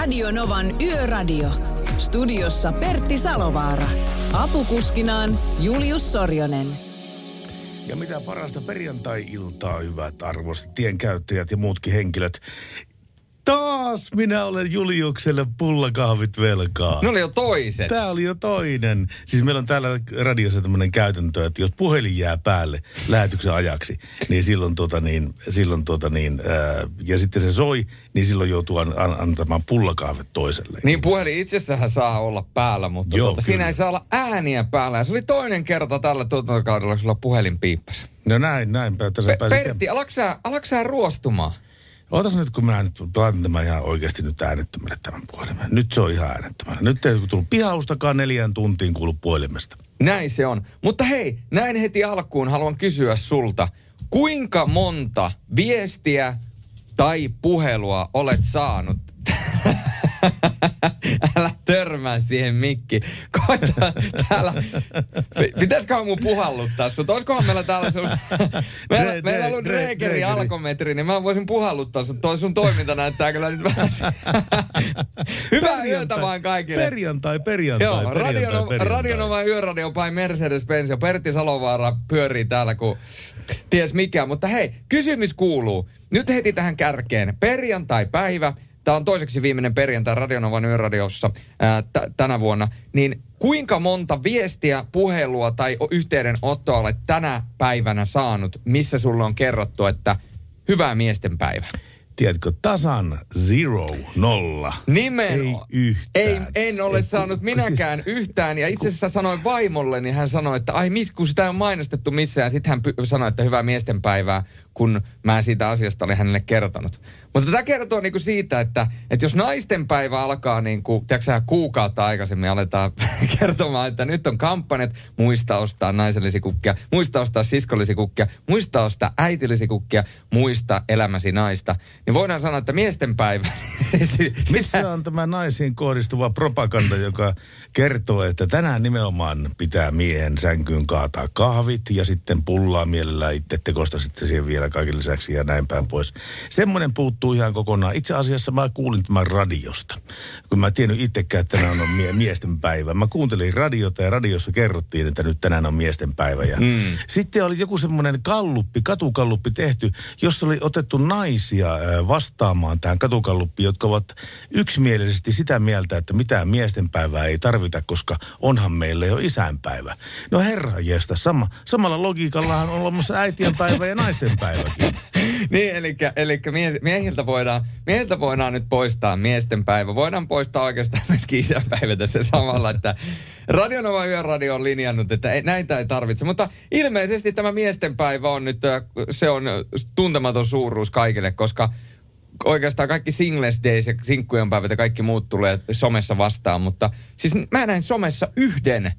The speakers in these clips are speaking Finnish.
Radio Novan Yöradio. Studiossa Pertti Salovaara. Apukuskinaan Julius Sorjonen. Ja mitä parasta perjantai-iltaa, hyvät arvoisat tienkäyttäjät ja muutkin henkilöt. Taas minä olen Juliukselle pullakahvit velkaa. Ne oli jo toiset. Tää oli jo toinen. Siis meillä on täällä radiossa tämmöinen käytäntö, että jos puhelin jää päälle lähetyksen ajaksi, niin silloin ja sitten se soi, niin silloin joutuu antamaan pullakahvet toiselle. Niin puhelin itsessähän saa olla päällä, mutta siinä ei saa olla ääniä päällä. Ja se oli toinen kerta tällä tuotantokaudella, kun sulla puhelin piippäsi. No näin. Pertti, alatko sä ruostumaan? Ootas nyt, kun mä nyt laitan tämän ihan oikeasti nyt äänettömälle tämän puhelimen. Nyt se on ihan äänettömällä. Nyt ei tullut pihaustakaan 4 tuntiin kuulu puhelimesta. Näin se on. Mutta hei, näin heti alkuun haluan kysyä sulta. Kuinka monta viestiä tai puhelua olet saanut? Älä törmää siihen mikki. Koita täällä. Pitäisiköhän mun puhalluttaa sut? Olisikohan meillä täällä sellainen... Meillä on ollut Reekeri alkometri, niin mä voisin puhalluttaa sut. Toi sun toiminta näyttää kyllä nyt vähän... Hyvää yötä vaan kaikille. Perjantai. Joo, Radio Nova Yöradio by Mercedes-Benz ja Pertti Salovaara pyörii täällä kuin ties mikä. Mutta hei, kysymys kuuluu. Nyt heti tähän kärkeen. Perjantai-päivä. Tämä on toiseksi viimeinen perjantai Radio Novan Yöradiossa tänä vuonna. Niin kuinka monta viestiä, puhelua tai yhteydenottoa olet tänä päivänä saanut, missä sulle on kerrottu, että hyvää miestenpäivää? Tiedätkö, tasan 0. Nimenomaan. Ei yhtään. En ole saanut minäkään yhtään. Ja itse asiassa sanoin vaimolle, niin hän sanoi, että kun sitä ei ole mainostettu missään. Ja sitten hän sanoi, että hyvää miestenpäivää, kun mä siitä asiasta olin hänelle kertonut. Mutta tämä kertoo niinku siitä, että jos naistenpäivä alkaa niinku, kuukautta aikaisemmin aletaan kertomaan, että nyt on kampanjat, muista ostaa naisellisi kukkia, muista ostaa siskollisi kukkia, muista ostaa äitillisi kukkia, muista elämäsi naista. Niin voidaan sanoa, että miestenpäivä. Missä on tämä naisiin kohdistuva propaganda, joka kertoo, että tänään nimenomaan pitää miehen sänkyyn kaataa kahvit ja sitten pullaa mielellään itse tekosta sitten siihen vielä kaiken lisäksi ja näin päin pois. Semmoinen puuttuu ihan kokonaan. Itse asiassa mä kuulin tämän radiosta, kun mä en tiennyt itsekään, että tänään on miesten päivä. Mä kuuntelin radiota ja radiossa kerrottiin, että nyt tänään on miesten päivä. Ja sitten oli joku semmoinen katukalluppi tehty, jossa oli otettu naisia vastaamaan tähän katukalluppiin, jotka ovat yksimielisesti sitä mieltä, että mitään miesten päivää ei tarvita, koska onhan meillä jo isänpäivä. No herranjeesta, samalla logiikallahan on olemassa äitienpäivä ja naistenpäiväkin. Niin, eli miehiltä voidaan nyt poistaa miestenpäivä. Voidaan poistaa oikeastaan myöskin isänpäivä tässä samalla, että Radio Nova Yöradio on linjannut, että näitä ei tarvitse. Mutta ilmeisesti tämä miestenpäivä on nyt, se on tuntematon suuruus kaikille, koska oikeastaan kaikki Singles Days ja sinkkujen päivät ja kaikki muut tulee somessa vastaan. Mutta siis mä näin somessa yhden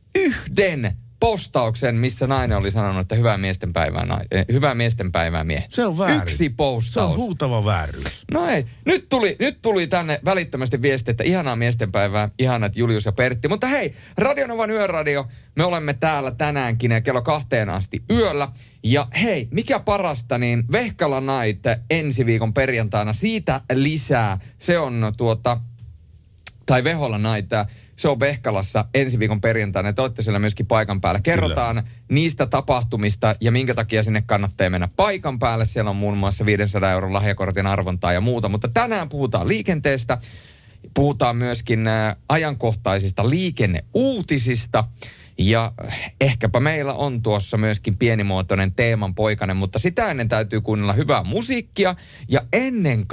postauksen, missä nainen oli sanonut, että hyvää miestenpäivää miehet. Se on väärin. Yksi postaus. Se on huutava vääryys. No ei. Nyt tuli tänne välittömästi viesti, että ihanaa miestenpäivää, ihanat Julius ja Pertti. Mutta hei, Radio Novan Yöradio, me olemme täällä tänäänkin ja kello 2 asti yöllä. Ja hei, mikä parasta, niin Vehkala Night ensi viikon perjantaina, siitä lisää. Se on tai Vehola Night, se on Vehkalassa ensi viikon perjantaina. Te olette siellä myöskin paikan päällä. Kerrotaan niistä tapahtumista ja minkä takia sinne kannattaa mennä paikan päälle. Siellä on muun muassa 500 € lahjakortin arvontaa ja muuta. Mutta tänään puhutaan liikenteestä. Puhutaan myöskin ajankohtaisista liikenneuutisista. Ja ehkäpä meillä on tuossa myöskin pienimuotoinen teemanpoikainen. Mutta sitä ennen täytyy kuunnella hyvää musiikkia. Ja ennen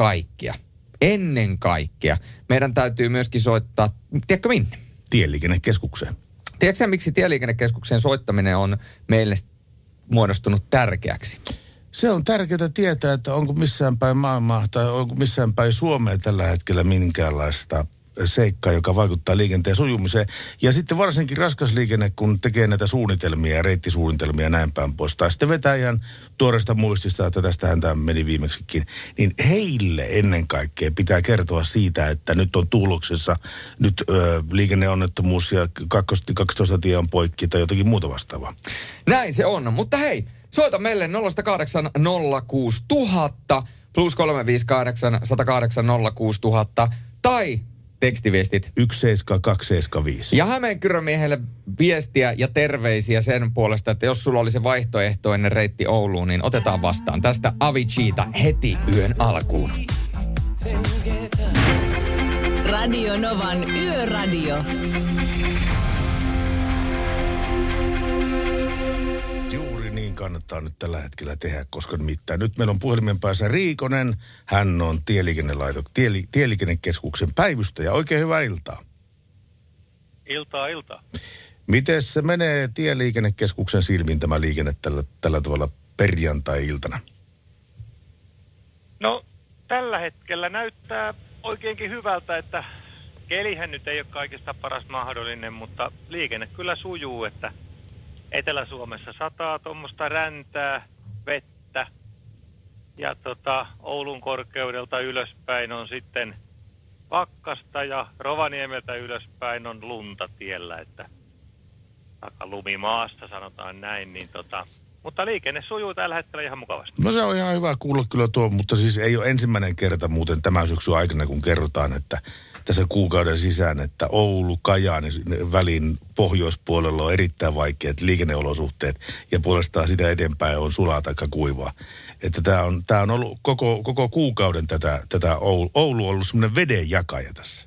kaikkea meidän täytyy myöskin soittaa, tiedätkö minne? Tieliikennekeskukseen. Tiedätkö miksi Tieliikennekeskuksen soittaminen on meille muodostunut tärkeäksi? Se on tärkeää tietää, että onko missään päin maailmaa tai onko missään päin Suomea tällä hetkellä minkäänlaista seikkaa, joka vaikuttaa liikenteen sujumiseen. Ja sitten varsinkin raskas liikenne, kun tekee näitä suunnitelmia ja reittisuunnitelmia ja näin päin pois. Tai sitten vetää ihan tuoresta muistista, että tästähän tämä meni viimeksikin. Niin heille ennen kaikkea pitää kertoa siitä, että nyt on tuloksessa nyt liikenneonnettomuus ja 12 tie on poikki tai jotakin muuta vastaavaa. Näin se on, mutta hei, soita meille 0806000 plus 358 108 06000. tai tekstiviestit 17275. Ja Hämeenkyrömiehelle viestiä ja terveisiä sen puolesta, että jos sulla oli se vaihtoehtoinen reitti Ouluun, niin otetaan vastaan tästä Aviciita heti yön alkuun. Radio Novan Yöradio. Juuri niin kannattaa nyt tällä hetkellä tehdä, koska nimittäin nyt meillä on puhelimen päässä Riikonen. Hän on Tieliikennekeskuksen päivystäjä. Oikein hyvää iltaa. Iltaa. Miten se menee Tieliikennekeskuksen silmiin tämä liikenne tällä tavalla perjantai-iltana? No, tällä hetkellä näyttää oikeinkin hyvältä, että kelihän nyt ei ole kaikista paras mahdollinen, mutta liikenne kyllä sujuu, että Etelä-Suomessa sataa tuommoista räntää, vettä ja Oulun korkeudelta ylöspäin on sitten pakkasta ja Rovaniemeltä ylöspäin on lunta tiellä, että lumimaassa sanotaan näin, niin mutta liikenne sujuu tällä hetkellä ihan mukavasti. No se on ihan hyvä kuulla kyllä tuo, mutta siis ei ole ensimmäinen kerta muuten tämän syksyn aikana, kun kerrotaan, että tässä kuukauden sisään, että Oulu-Kajaani välin pohjoispuolella on erittäin vaikeat liikenneolosuhteet ja puolestaan sitä eteenpäin on sulaa tai kuivaa. Että tämä on ollut koko kuukauden tätä Oulu on ollut semmoinen vedenjakaja tässä.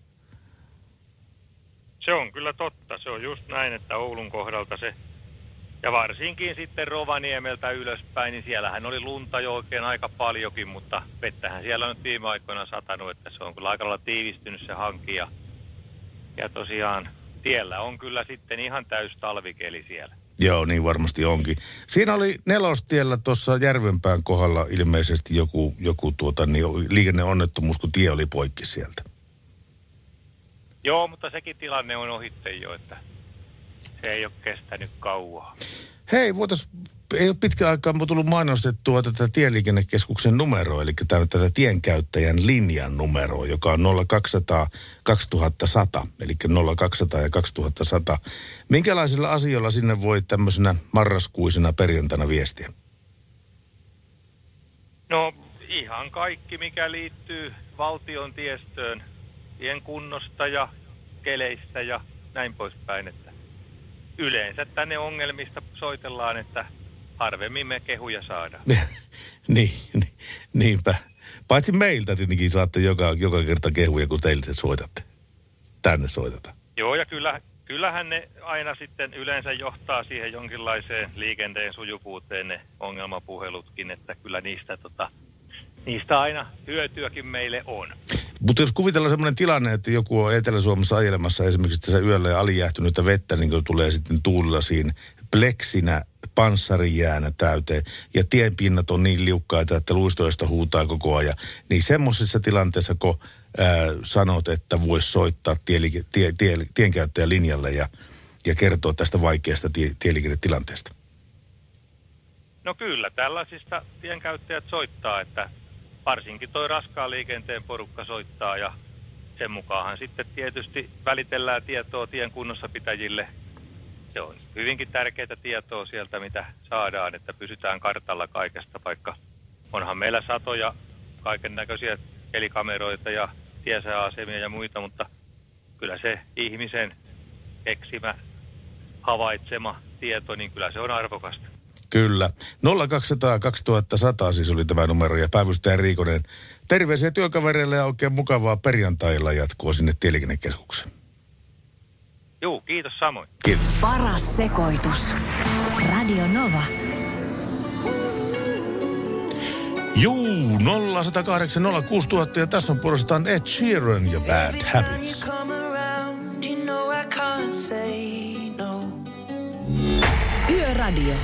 Se on kyllä totta. Se on just näin, että Oulun kohdalta se, ja varsinkin sitten Rovaniemeltä ylöspäin, niin siellähän oli lunta jo oikein aika paljonkin, mutta vettähän siellä on nyt viime aikoina satanut, että se on kyllä aika lailla tiivistynyt se hanki. Ja tosiaan tiellä on kyllä sitten ihan täys talvikeli siellä. Joo, niin varmasti onkin. Siinä oli Nelostiellä tuossa Järvenpään kohdalla ilmeisesti joku liikenneonnettomuus, kun tie oli poikki sieltä. Joo, mutta sekin tilanne on ohitte jo, että se ei ole kestänyt kauaa. Hei, ei ole pitkä aikaa tullut mainostettua tätä Tieliikennekeskuksen numeroa, eli tätä tienkäyttäjän linjan numeroa, joka on 0200 2100, eli 0200 ja 2100. Minkälaisilla asioilla sinne voi tämmöisenä marraskuisena perjantaina viestiä? No ihan kaikki, mikä liittyy valtion tiestöön, tien kunnosta ja keleistä ja näin poispäin, että yleensä tänne ongelmista soitellaan, että harvemmin me kehuja saadaan. Niinpä. Paitsi meiltä tietenkin saatte joka kerta kehuja, kun teiltä soitatte. Tänne soitata. Joo, ja kyllähän ne aina sitten yleensä johtaa siihen jonkinlaiseen liikenteen sujuvuuteen ne ongelmapuhelutkin, että kyllä niistä aina hyötyäkin meille on. Mutta jos kuvitellaan semmoinen tilanne, että joku on Etelä-Suomessa ajelemassa esimerkiksi tässä yöllä ja alijäähtynyttä vettä, niin kuin tulee sitten tuulilasiin pleksinä panssarijäänä täyteen ja tienpinnat on niin liukkaita, että luistoista huutaa koko ajan, niin semmoisessa tilanteessa, kun sanot, että voisi soittaa tienkäyttäjän linjalle ja kertoa tästä vaikeasta tieliikennetilanteesta? No kyllä, tällaisista tienkäyttäjät soittaa, että varsinkin toi raskaan liikenteen porukka soittaa ja sen mukaanhan sitten tietysti välitellään tietoa tien kunnossapitäjille. Se on hyvinkin tärkeää tietoa sieltä, mitä saadaan, että pysytään kartalla kaikesta, vaikka onhan meillä satoja kaiken näköisiä pelikameroita ja tiesääasemia ja muita, mutta kyllä se ihmisen eksimä, havaitsema tieto, niin kyllä se on arvokasta. Kyllä. 0200 2100 siis oli tämä numero ja päivystäjä Riikonen. Terveisiä työkavereille ja oikein mukavaa perjantailla jatkoa sinne Tieliikennekeskukseen. Joo, kiitos samoin. Kiitos. Paras sekoitus. Radio Nova. Juu, 0108 06000 ja tässä on puolestaan Ed Sheeran ja Bad Habits. Yöradio.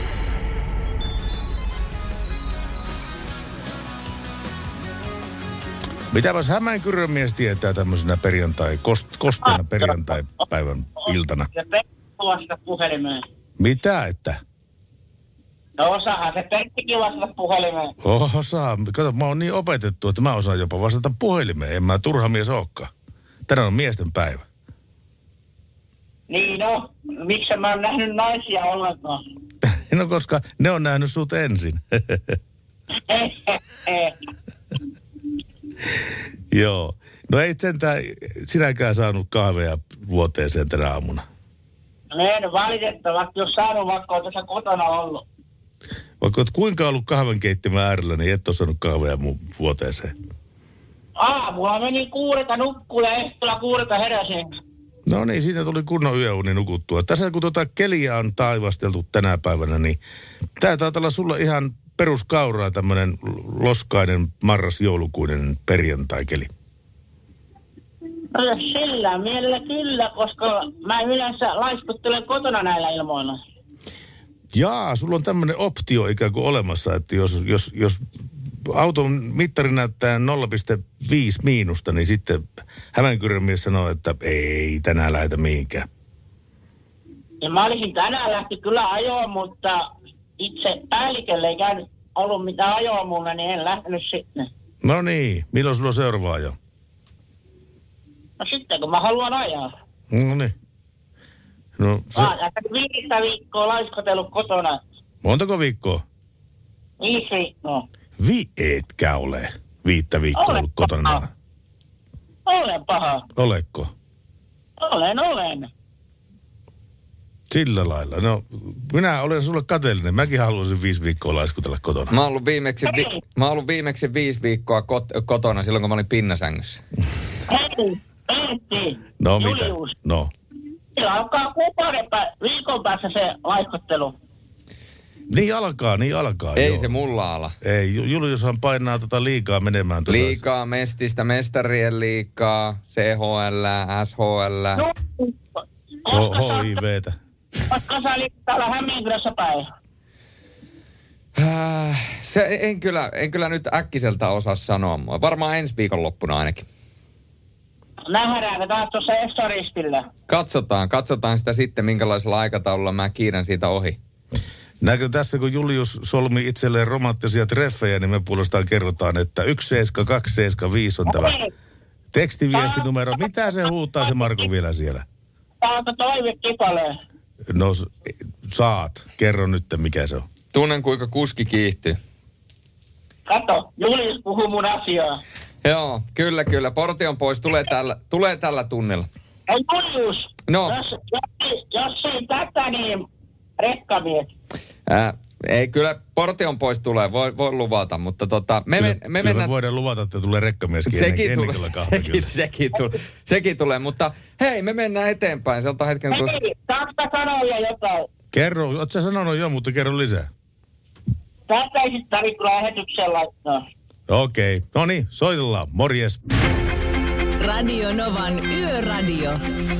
Mitäpäs Hämeenkyrön mies tietää tämmöisenä kosteena perjantai-päivän iltana? Se Pertti vastata puhelimeen. Mitä, että? No osaahan se Perttikin vastata puhelimeen. Osaa. Kato, mä oon niin opetettu, että mä osaan jopa vastata puhelimeen. En mä turha mies olekaan. Tänään on miesten päivä. Niin no, miksi mä oon nähnyt naisia ollenkaan? No koska ne on nähnyt sut ensin. Joo. No ei sentään sinäkään saanut kahvea vuoteeseen tänä aamuna. En valitettavasti ole saanut, vaikka olen tässä kotona ollut. Vaikka olet kuinka ollut kahvenkeittimän äärellä, niin et ole saanut kahvea mun vuoteeseen. Aamulla meni 6 nukkuun ja ehtolla 6 heräsin. No niin, siitä tuli kunnon yöuni nukuttua. Tässä kun keliä on taivasteltu tänä päivänä, niin tää taitaa olla sulla ihan peruskauraa tämmönen loskainen marras-joulukuinen perjantai-keli. No sillä mielellä kyllä, koska mä yleensä laiskuttelen kotona näillä ilmoilla. Jaa, sulla on tämmönen optio ikään kuin olemassa, että jos auton mittari näyttää 0,5 miinusta, niin sitten Hämeenkyrön mies sanoo, että ei tänään lähetä mihinkään. Ja mä olisin tänään lähti kyllä ajoon, mutta itse päällikölle ei käynyt ollut mitään ajoa mulla, niin en lähtenyt sitten. No niin, milloin sulla on seuraava ajo? No sitten kun mä haluan ajaa. No niin. No, Mä oon 5 viikkoa laiskotellut kotona. Montako viikkoa? 5 viikkoa. Etkä ole 5 viikkoa ollut kotona. Olen paha. Olekko? Olen. Sillä lailla. No, minä olen sulle kateellinen. Mäkin haluaisin 5 viikkoa laiskutella kotona. Mä oon ollut viimeksi 5 viikkoa kotona silloin, kun mä olin pinnasängyssä. Hei, No Julius. mitä? No. Sillä alkaa viikon päässä se laiskottelu. Niin alkaa. Ei joo. se mulla ala. Ei, Juliushan painaa liigaa menemään tuossa. Liikaa mestistä, mestarien liigaa, CHL, SHL. HIVtä. Vaikka sä olit täällä Hämeenkyrössä päin. En kyllä nyt äkkiseltä osaa sanoa mua. Varmaan ensi viikonloppuna ainakin. Nähdäänkö taas tuossa Estoristillä? Katsotaan sitä sitten, minkälaisella aikataululla mä kiirän siitä ohi. Näkö tässä, kun Julius solmi itselleen romanttisia treffejä, niin me puolestaan kerrotaan, että 17275 on tämä tekstiviestinumero. Mitä se huutaa se Marko vielä siellä? Saanko toivekipaleen? No saat. Kerro nyt, mikä se on. Tunnen, kuinka kuski kiihtyy. Kato, Julius puhuu mun asiaa. Joo, kyllä. Portion pois tulee tällä tunnilla. Ei Julius, No. jos ei tätä, niin rekkamies. Ei, kyllä Portion pois tulee, voi luvata, mutta me mennään... voidaan luvata, että tulee rekkamieskin ennen kyllä kahta. Sekin tulee, mutta hei, me mennään eteenpäin. Sieltä hetken tuossa... Hei, saanko sanoa jo jotain? Kerro, oot sä sanonut jo, mutta kerro lisää. Tätä ei sitten tarvitse kyllä lähetykseen laittaa. Okei, no niin, soitellaan. Morjes. Radio Novan Yöradio.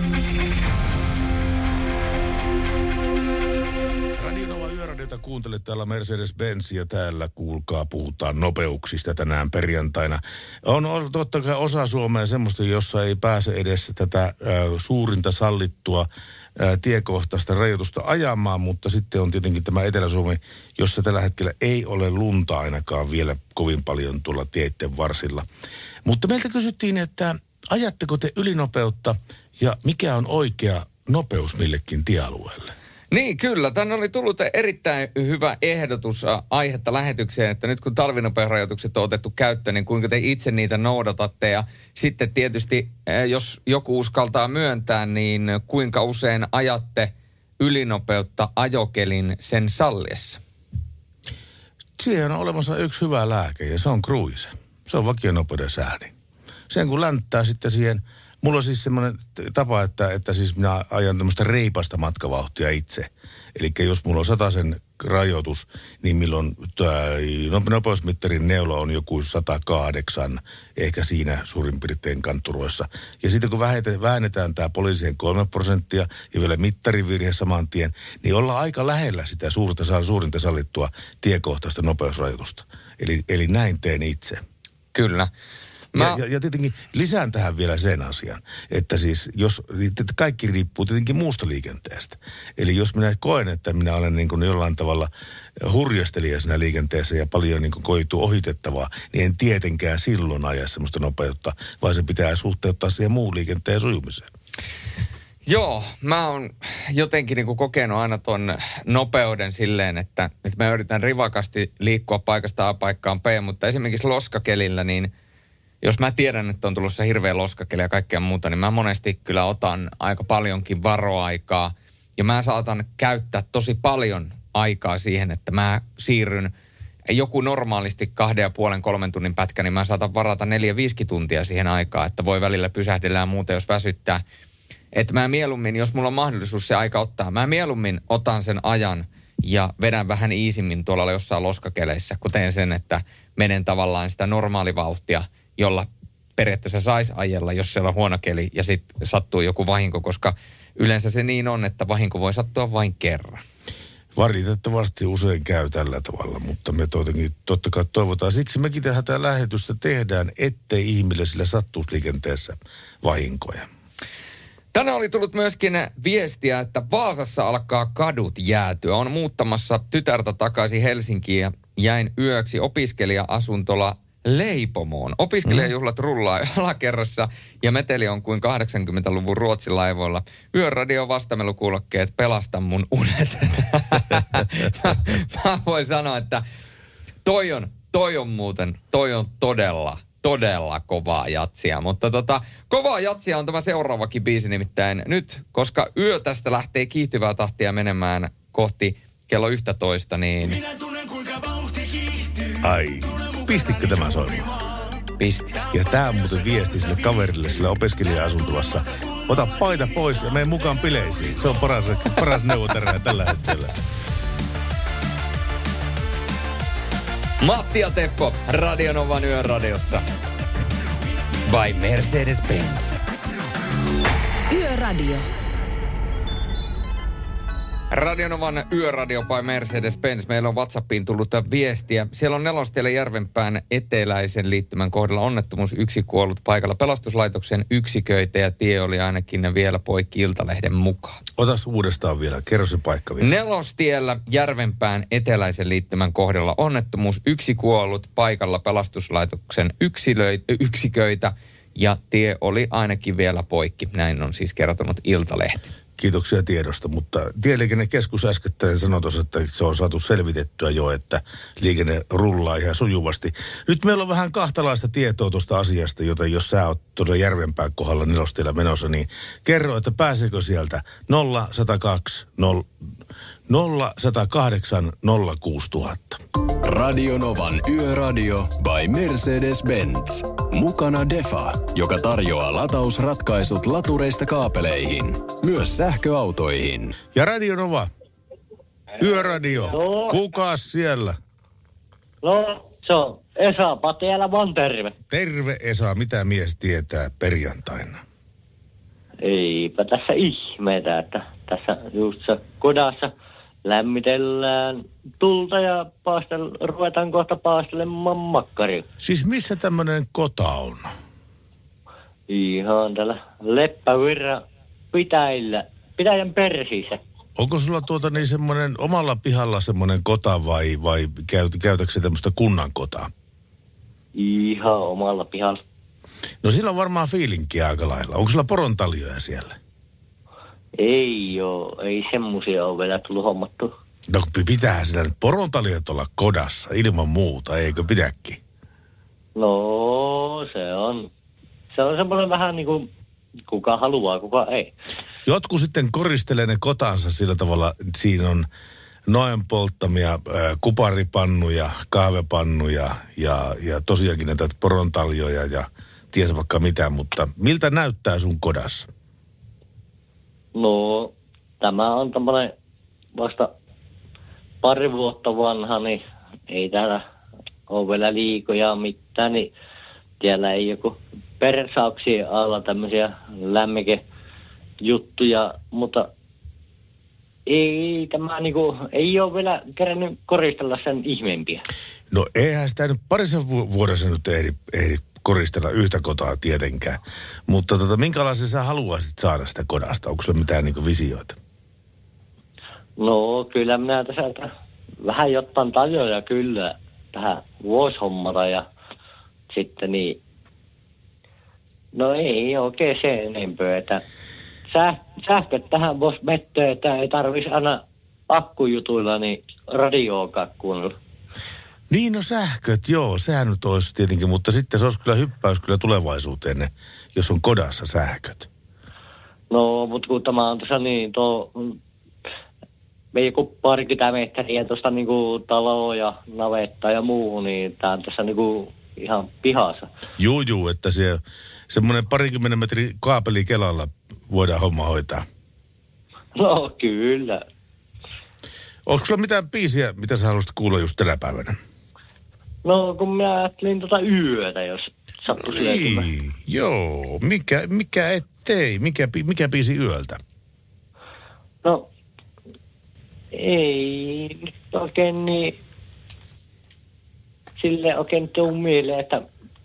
Radio Novan Yöradiota kuuntelet täällä Mercedes-Benz ja täällä kuulkaa, puhutaan nopeuksista tänään perjantaina. On totta kai osa Suomea semmoista, jossa ei pääse edes tätä suurinta sallittua tiekohtaista rajoitusta ajamaan, mutta sitten on tietenkin tämä Etelä-Suomi, jossa tällä hetkellä ei ole lunta ainakaan vielä kovin paljon tuolla teitten varsilla. Mutta meiltä kysyttiin, että ajatteko te ylinopeutta ja mikä on oikea nopeus millekin tiealueelle? Niin, kyllä. Tänne oli tullut erittäin hyvä ehdotus aihetta lähetykseen, että nyt kun talvinopeusrajoitukset on otettu käyttöön, niin kuinka te itse niitä noudatatte. Ja sitten tietysti, jos joku uskaltaa myöntää, niin kuinka usein ajatte ylinopeutta ajokelin sen salliessa? Siihen on olemassa yksi hyvä lääke ja se on cruise. Se on vakionopeuden säädin. Sen kun länttää sitten siihen. Mulla on siis semmoinen tapa, että siis minä ajan tämmöistä reipasta matkavauhtia itse. Eli jos mulla on 100 rajoitus, niin milloin nopeusmittarin neula on joku 108, ehkä siinä suurin piirtein kantturoissa. Ja sitten kun vähennetään tämä poliisien 3% ja vielä mittarivirhe saman tien, niin ollaan aika lähellä sitä suurinta sallittua tiekohtaista nopeusrajoitusta. Eli näin teen itse. Kyllä. Ja tietenkin lisään tähän vielä sen asian, että siis että kaikki riippuu tietenkin muusta liikenteestä. Eli jos minä koen, että minä olen niin kuin jollain tavalla hurjastelija siinä liikenteessä ja paljon niin kuin koituu ohitettavaa, niin en tietenkään silloin aja semmoista nopeutta, vaan se pitää suhteuttaa siihen muun liikenteen sujumiseen. Joo, mä oon jotenkin niin kuin kokenut aina ton nopeuden silleen, että mä yritän rivakasti liikkua paikasta A paikkaan B, mutta esimerkiksi loskakelillä niin jos mä tiedän, että on tulossa hirveä loskakeli ja kaikkea muuta, niin mä monesti kyllä otan aika paljonkin varoaikaa. Ja mä saatan käyttää tosi paljon aikaa siihen, että mä siirryn joku normaalisti 2,5-3 tunnin pätkä, niin mä saatan varata 4-5 tuntia siihen aikaan, että voi välillä pysähdellä ja muuta, jos väsyttää. Että mä mieluummin, jos mulla on mahdollisuus se aika ottaa, mä mieluummin otan sen ajan ja vedän vähän iisimmin tuolla jossain loskakeleissä, kuten sen, että menen tavallaan sitä normaalivauhtia, jolla periaatteessa saisi ajella, jos siellä on huono keli ja sitten sattuu joku vahinko, koska yleensä se niin on, että vahinko voi sattua vain kerran. Valitettavasti usein käy tällä tavalla, mutta me totta kai toivotaan. Siksi mekin tätä lähetystä tehdään, ettei ihmille sillä sattuisi liikenteessä vahinkoja. Tänään oli tullut myöskin viestiä, että Vaasassa alkaa kadut jäätyä. On muuttamassa tytärtä takaisin Helsinkiin ja jäin yöksi opiskelija-asuntola leipomoon. Opiskelijajuhlat rullaa alakerrassa ja meteli on kuin 80-luvun Ruotsin laivoilla. Yöradio vastamelukuulokkeet, pelasta mun unet. Mä voin sanoa, että toi on todella kovaa jatsia. Mutta kovaa jatsia on tämä seuraavakin biisi nimittäin nyt, koska yö tästä lähtee kiihtyvää tahtia menemään kohti kello 11, niin... Minä tunnen kuinka vauhti kiihtyy. Ai, pistikö tämä soimaan? Pisti. Ja tää on muuten viesti sille kaverille, sille opiskelija-asuntolassa. Ota paita pois ja mene mukaan bileisiin. Se on paras neuvoterä tällä hetkellä. Matti ja Teppo, Radio Novan Yöradiossa. By Mercedes-Benz. Yöradio. Radio Novan Yöradio by Mercedes-Benz. Meillä on WhatsAppiin tullut viestiä. Siellä on Nelostielle Järvenpään eteläisen liittymän kohdalla onnettomuus, 1 kuollut paikalla. Pelastuslaitoksen yksiköitä ja tie oli ainakin vielä poikki Iltalehden mukaan. Otas uudestaan vielä, kerro se paikka vielä. Nelostiellä Järvenpään eteläisen liittymän kohdalla onnettomuus, 1 kuollut paikalla. Pelastuslaitoksen yksiköitä ja tie oli ainakin vielä poikki. Näin on siis kertonut Iltalehti. Kiitoksia tiedosta, mutta Tieliikennekeskus äskettäin sanoi tuossa, että se on saatu selvitettyä jo, että liikenne rullaa ihan sujuvasti. Nyt meillä on vähän kahtalaista tietoa tuosta asiasta, joten jos sä oot tuossa Järvenpään kohdalla Nelostiellä menossa, niin kerro, että pääseekö sieltä 0108 06000. Radio Novan Yöradio by Mercedes-Benz. Mukana Defa, joka tarjoaa latausratkaisut latureista kaapeleihin, myös sähköautoihin. Ja Radio Nova, Yöradio, No. kukas siellä? No, se on Esa Patiala, vaan terve. Terve Esa, mitä mies tietää perjantaina? Eipä tässä ihmeitä, että tässä just se kodassa lämmitellään tulta ja ruvetaan kohta paastelemaan makkaria. Siis missä tämmönen kota on? Ihan tällä Leppävirran pitäjän persiissä. Onko sulla niin semmoinen omalla pihalla semmoinen kota vai käytätkö se tämmöistä kunnan kotaa? Ihan omalla pihalla. No sillä on varmaan fiilinkiä aika lailla. Onko sulla porontaljoja siellä? Ei semmosia ole vielä tullut hommattu. No pitäähän sillä nyt porontaljot olla kodassa ilman muuta, eikö pidäkin? No, se on semmoinen vähän niin kuin kuka haluaa, kuka ei. Jotkut sitten koristelee ne kotansa sillä tavalla, siinä on noen polttamia kuparipannuja, kahvepannuja ja tosiaankin näitä porontaljoja ja ties vaikka mitä, mutta miltä näyttää sun kodassa? No, tämä on tämmöinen vasta pari vuotta vanha, niin ei täällä ole vielä liikoja mitään, niin siellä ei joku persauksien alla tämmöisiä lämmikejuttuja, mutta ei tämä niinku, ei ole vielä kerännyt koristella sen ihmeempiä. No eihän sitä nyt parissa vuodessa nyt ehdi koristella yhtä kotaa tietenkään, mutta minkälaisen sä haluaisit saada sitä kodasta? Onko sulla mitään niinku visioita? No kyllä minä tässä vähän jotain tajoja kyllä tähän voisi hommata ja sitten niin, no ei oikein se enempää, että sähköt tähän voisi mettöä, että ei tarvitsisi aina akkujutuilla niin radioakaan kuunnella. Niin, no sähköt, joo, sehän nyt olisi tietenkin, mutta sitten se olisi kyllä hyppäys kyllä tulevaisuuteen, jos on kodassa sähköt. No, mutta kun tämä on tuossa niin, meidän kun parikymmentä metriä tuosta niinku taloa ja navettaa ja muuhun, niin tämä on tässä niinku ihan pihassa. Juu, että semmoinen 20 metrin kaapeli kelalla voidaan homma hoitaa. No, kyllä. Onko sulla mitään biisiä, mitä sä haluaisit kuulla just tänä päivänä? No, kun minä ajattelin yötä, jos sattuisi löytymään. Niin, joo. Mikä ettei? Mikä biisi yöltä? No, ei nyt oikein niin sille oikein tuu mieleen, että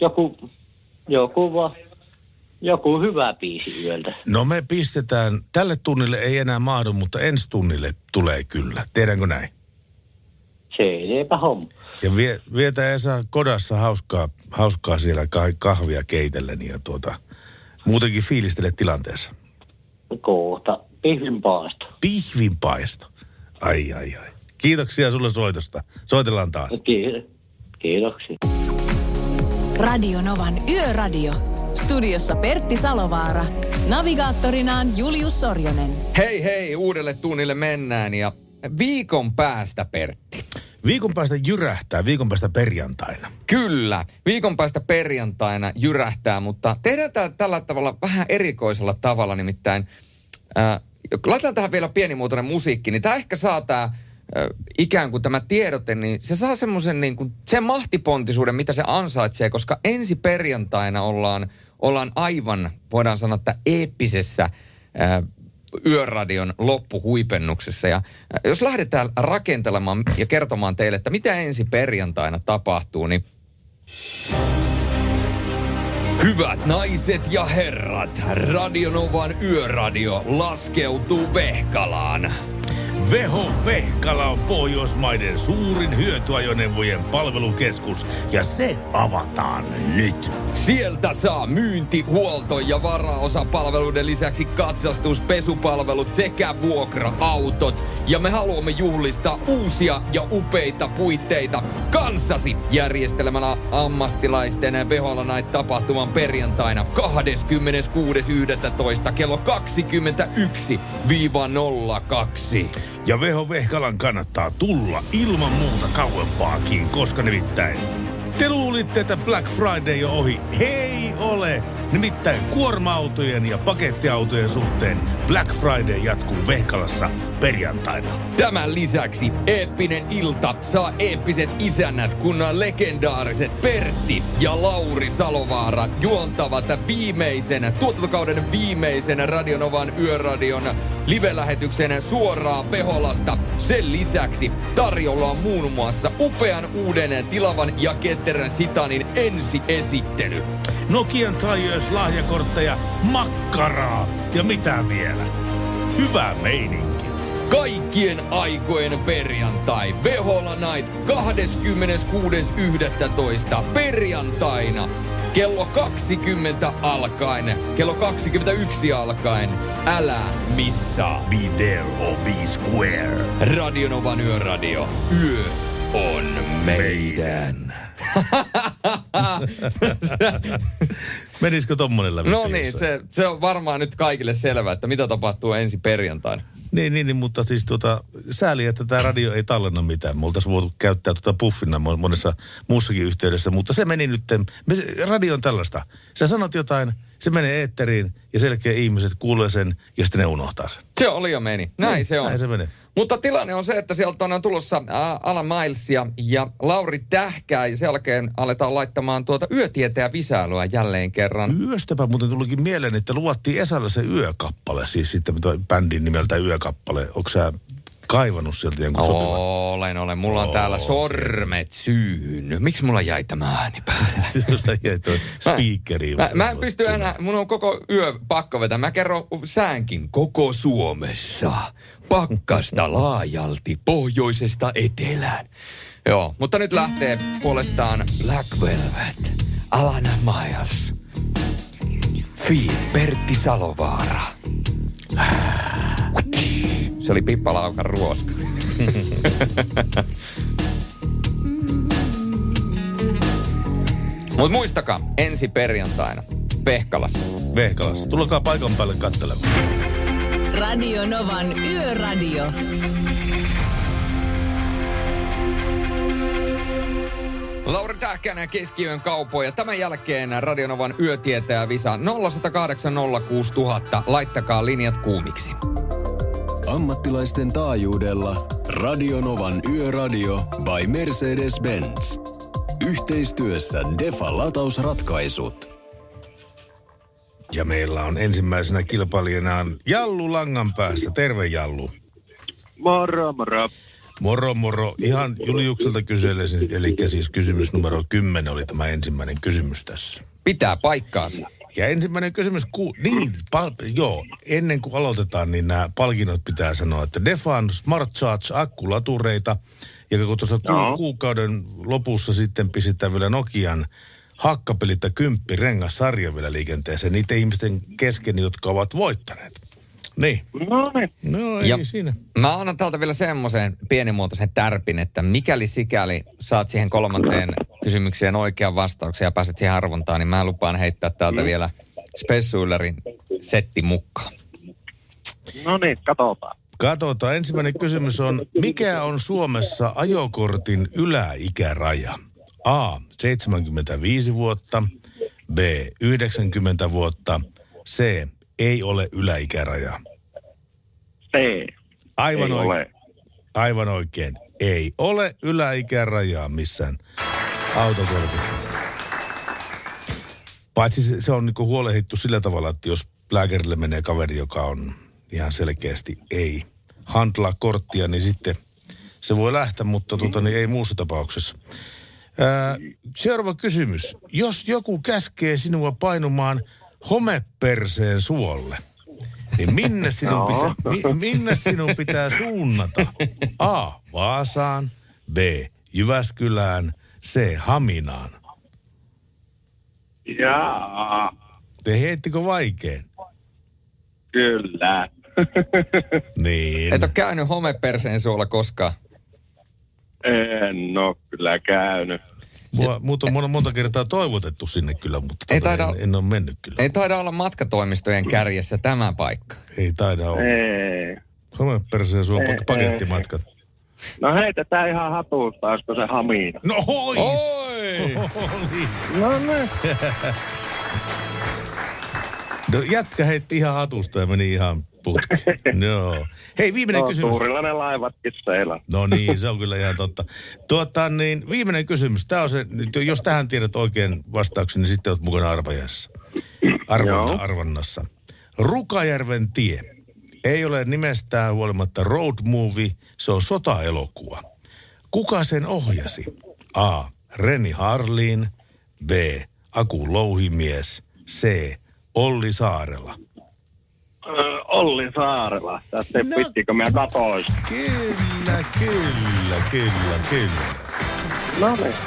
joku hyvä biisi yöltä. No me pistetään, tälle tunnille ei enää mahdu, mutta ensi tunnille tulee kyllä. Tiedänkö näin? Selvä homma. Ja vietä Esa kodassa hauskaa siellä kahvia keitellen ja muutenkin fiilistele tilanteessa. Kohta pihvinpaasto. Pihvinpaisto. Ai. Kiitoksia sulle soitosta. Soitellaan taas. Kiitoksia. Radio Novan Yöradio. Studiossa Pertti Salovaara. Navigaattorinaan Julius Sorjonen. Hei, uudelle tunnille mennään ja viikon päästä, Pertti. Viikon päästä jyrähtää, viikon päästä perjantaina. Kyllä, viikon päästä perjantaina jyrähtää, mutta tehdään tämä tällä tavalla vähän erikoisella tavalla, nimittäin laitetaan tähän vielä pienimuotoinen musiikki, niin tämä ehkä saa ikään kuin tämä tiedote, niin se saa semmoisen niin kuin sen mahtipontisuuden, mitä se ansaitsee, koska ensi perjantaina ollaan aivan, voidaan sanoa, että eeppisessä Yöradion loppuhuipennuksessa. Ja jos lähdetään rakentelemaan ja kertomaan teille, että mitä ensi perjantaina tapahtuu, niin hyvät naiset ja herrat, Radio Novan Yöradio laskeutuu Vehkalaan. Veho Vehkala on Pohjoismaiden suurin hyötyajoneuvojen palvelukeskus ja se avataan nyt. Sieltä saa myynti, huolto ja varaosapalveluiden lisäksi katsastus, pesupalvelut sekä vuokra-autot. Ja me haluamme juhlistaa uusia ja upeita puitteita kanssasi järjestelemällä ammattilaisten Vehola Night-tapahtuman perjantaina 26.11. kello 21-02. Ja Veho Vehkalan kannattaa tulla ilman muuta kauempaakin, koska nimittäin te luulitte, että Black Friday jo ohi. Ei ole! Nimittäin kuorma-autojen ja pakettiautojen suhteen Black Friday jatkuu Vehkalassa perjantaina. Tämän lisäksi eeppinen ilta saa eeppiset isännät, kunnan legendaariset Pertti ja Lauri Salovaara juontavat tuotantokauden viimeisen Radio Novan Yöradion live-lähetyksen suoraan Veholasta. Sen lisäksi tarjolla on muun muassa upean uuden tilavan ja ketterän sitanin ensiesittely. Nokian Tires lahjakortteja, makkaraa ja mitä vielä? Hyvä meininki. Kaikkien aikojen perjantai. Vehola Night 26.11. perjantaina. Kello 20 alkaen, kello 21 alkaen. Älä missaa. Be there or be square. Radio Novan Yöradio. Yö on meidän. Menisikö tommonen läpi? No niin, se on varmaan nyt kaikille selvää, että mitä tapahtuu ensi perjantaina. Niin, mutta siis sääli, että tämä radio ei tallenna mitään. Me oltaisiin voitu käyttää puffina monessa muussakin yhteydessä, mutta se meni nyt, radio on tällaista. Sä sanot jotain, se menee eetteriin ja selkeä ihmiset kuulee sen ja sitten ne unohtaa sen. Se oli ja meni. Näin se on. Näin se menee. Mutta tilanne on se, että sieltä on tulossa Alan Milesia ja Lauri Tähkää ja sen jälkeen aletaan laittamaan yötieteen visailuja jälleen kerran. Yöstäpä muuten tulikin mieleen, että luvattiin Esalle se yökappale, siis sitten bändin nimeltä yökappale. Onko sä kaivannut sieltä jonkun sopivan? Olen. Mulla on täällä sormet syyny. Miksi mulla jäi tämä ääni päälle? Sulla jäi toi speakeri. Mä en pysty enää, mun on koko yö pakko vetää. Mä kerron säänkin koko Suomessa. Pakkasta laajalti pohjoisesta etelään. Joo, mutta nyt lähtee puolestaan Black Velvet, Alan Miles, feat. Pertti Salovaara. Se oli Pippa Laukan ruoska. Mutta muistakaa, ensi perjantaina Vehkalassa. Vehkalassa. Tulkaa paikan päälle katselemaan. Radio Novan Yöradio. Lauri Tähkänen Keskiyön kaupoja. Tämän jälkeen Radio Novan yötietäjä Visa 0108 06000. Laittakaa linjat kuumiksi. Ammattilaisten taajuudella Radio Novan Yöradio by Mercedes-Benz. Yhteistyössä Defa latausratkaisut. Ja meillä on ensimmäisenä kilpailijana Jallu langan päässä. Terve Jallu. Moro, moro. Moro. Ihan Juliukselta kyselisin, eli siis kysymys numero 10 oli tämä ensimmäinen kysymys tässä. Pitää paikkaansa. Ja ensimmäinen kysymys, ennen kuin aloitetaan, niin nämä palkinnot pitää sanoa, että Defan Smart Charge akkulatureita, ja kun tuossa kuukauden lopussa sitten pistetään vielä Nokian hakkapelittä 10 rengassarja vielä liikenteeseen, niiden ihmisten kesken, jotka ovat voittaneet. Niin. No ei ja siinä. Mä annan täältä vielä semmoisen pienimuotoisen tärpin, että mikäli sikäli saat siihen 3. kysymykseen oikean vastauksen ja pääset siihen arvontaan, niin mä lupaan heittää täältä vielä Spessuillerin setti mukaan. No niin, katsotaan. Ensimmäinen kysymys on, mikä on Suomessa ajokortin yläikäraja? A. 75 vuotta. B. 90 vuotta. C. Ei ole yläikäraja. C. Aivan oikein. Ei ole yläikärajaa missään autokortissa. Paitsi se on niinku huolehdittu sillä tavalla, että jos lääkärille menee kaveri, joka on ihan selkeästi ei handlaa korttia, niin sitten se voi lähteä, mutta ei muussa tapauksessa. Seuraava kysymys. Jos joku käskee sinua painumaan homeperseen suolle, niin minne sinun pitää suunnata? A. Vaasaan, B. Jyväskylään, C. Haminaan. Jaa. Te heittikö vaikein? Kyllä. Niin. Et ole käynyt homeperseen suolla koskaan? En ole kyllä käynyt. Mut on monta kertaa toivotettu sinne kyllä, mutta en ole mennyt kyllä. Ei taida olla matkatoimistojen kärjessä tämä paikka. Ei taida olla. Ei. Homeperseen suo pakettimatkat. No heitetään ihan hatusta, olisiko se Hamina. No Oi! No niin. No jätkä heitti ihan hatusta ja meni ihan putkeen. No. Hei, viimeinen kysymys. Tuurilla ne laivatkin seilaa. No niin, se on kyllä ihan totta. Viimeinen kysymys. Tämä on se, jos tähän tiedät oikein vastauksen, niin sitten olet mukana arvonnassa. Rukajärven tie. Ei ole nimestään huolimatta road movie, se on sotaelokuva. Kuka sen ohjasi? A. Reni Harlin, B. Aku Louhimies, C. Olli Saarela. Olli Saarela. Tästä ei pittikö minä katois. Kyllä. No niin.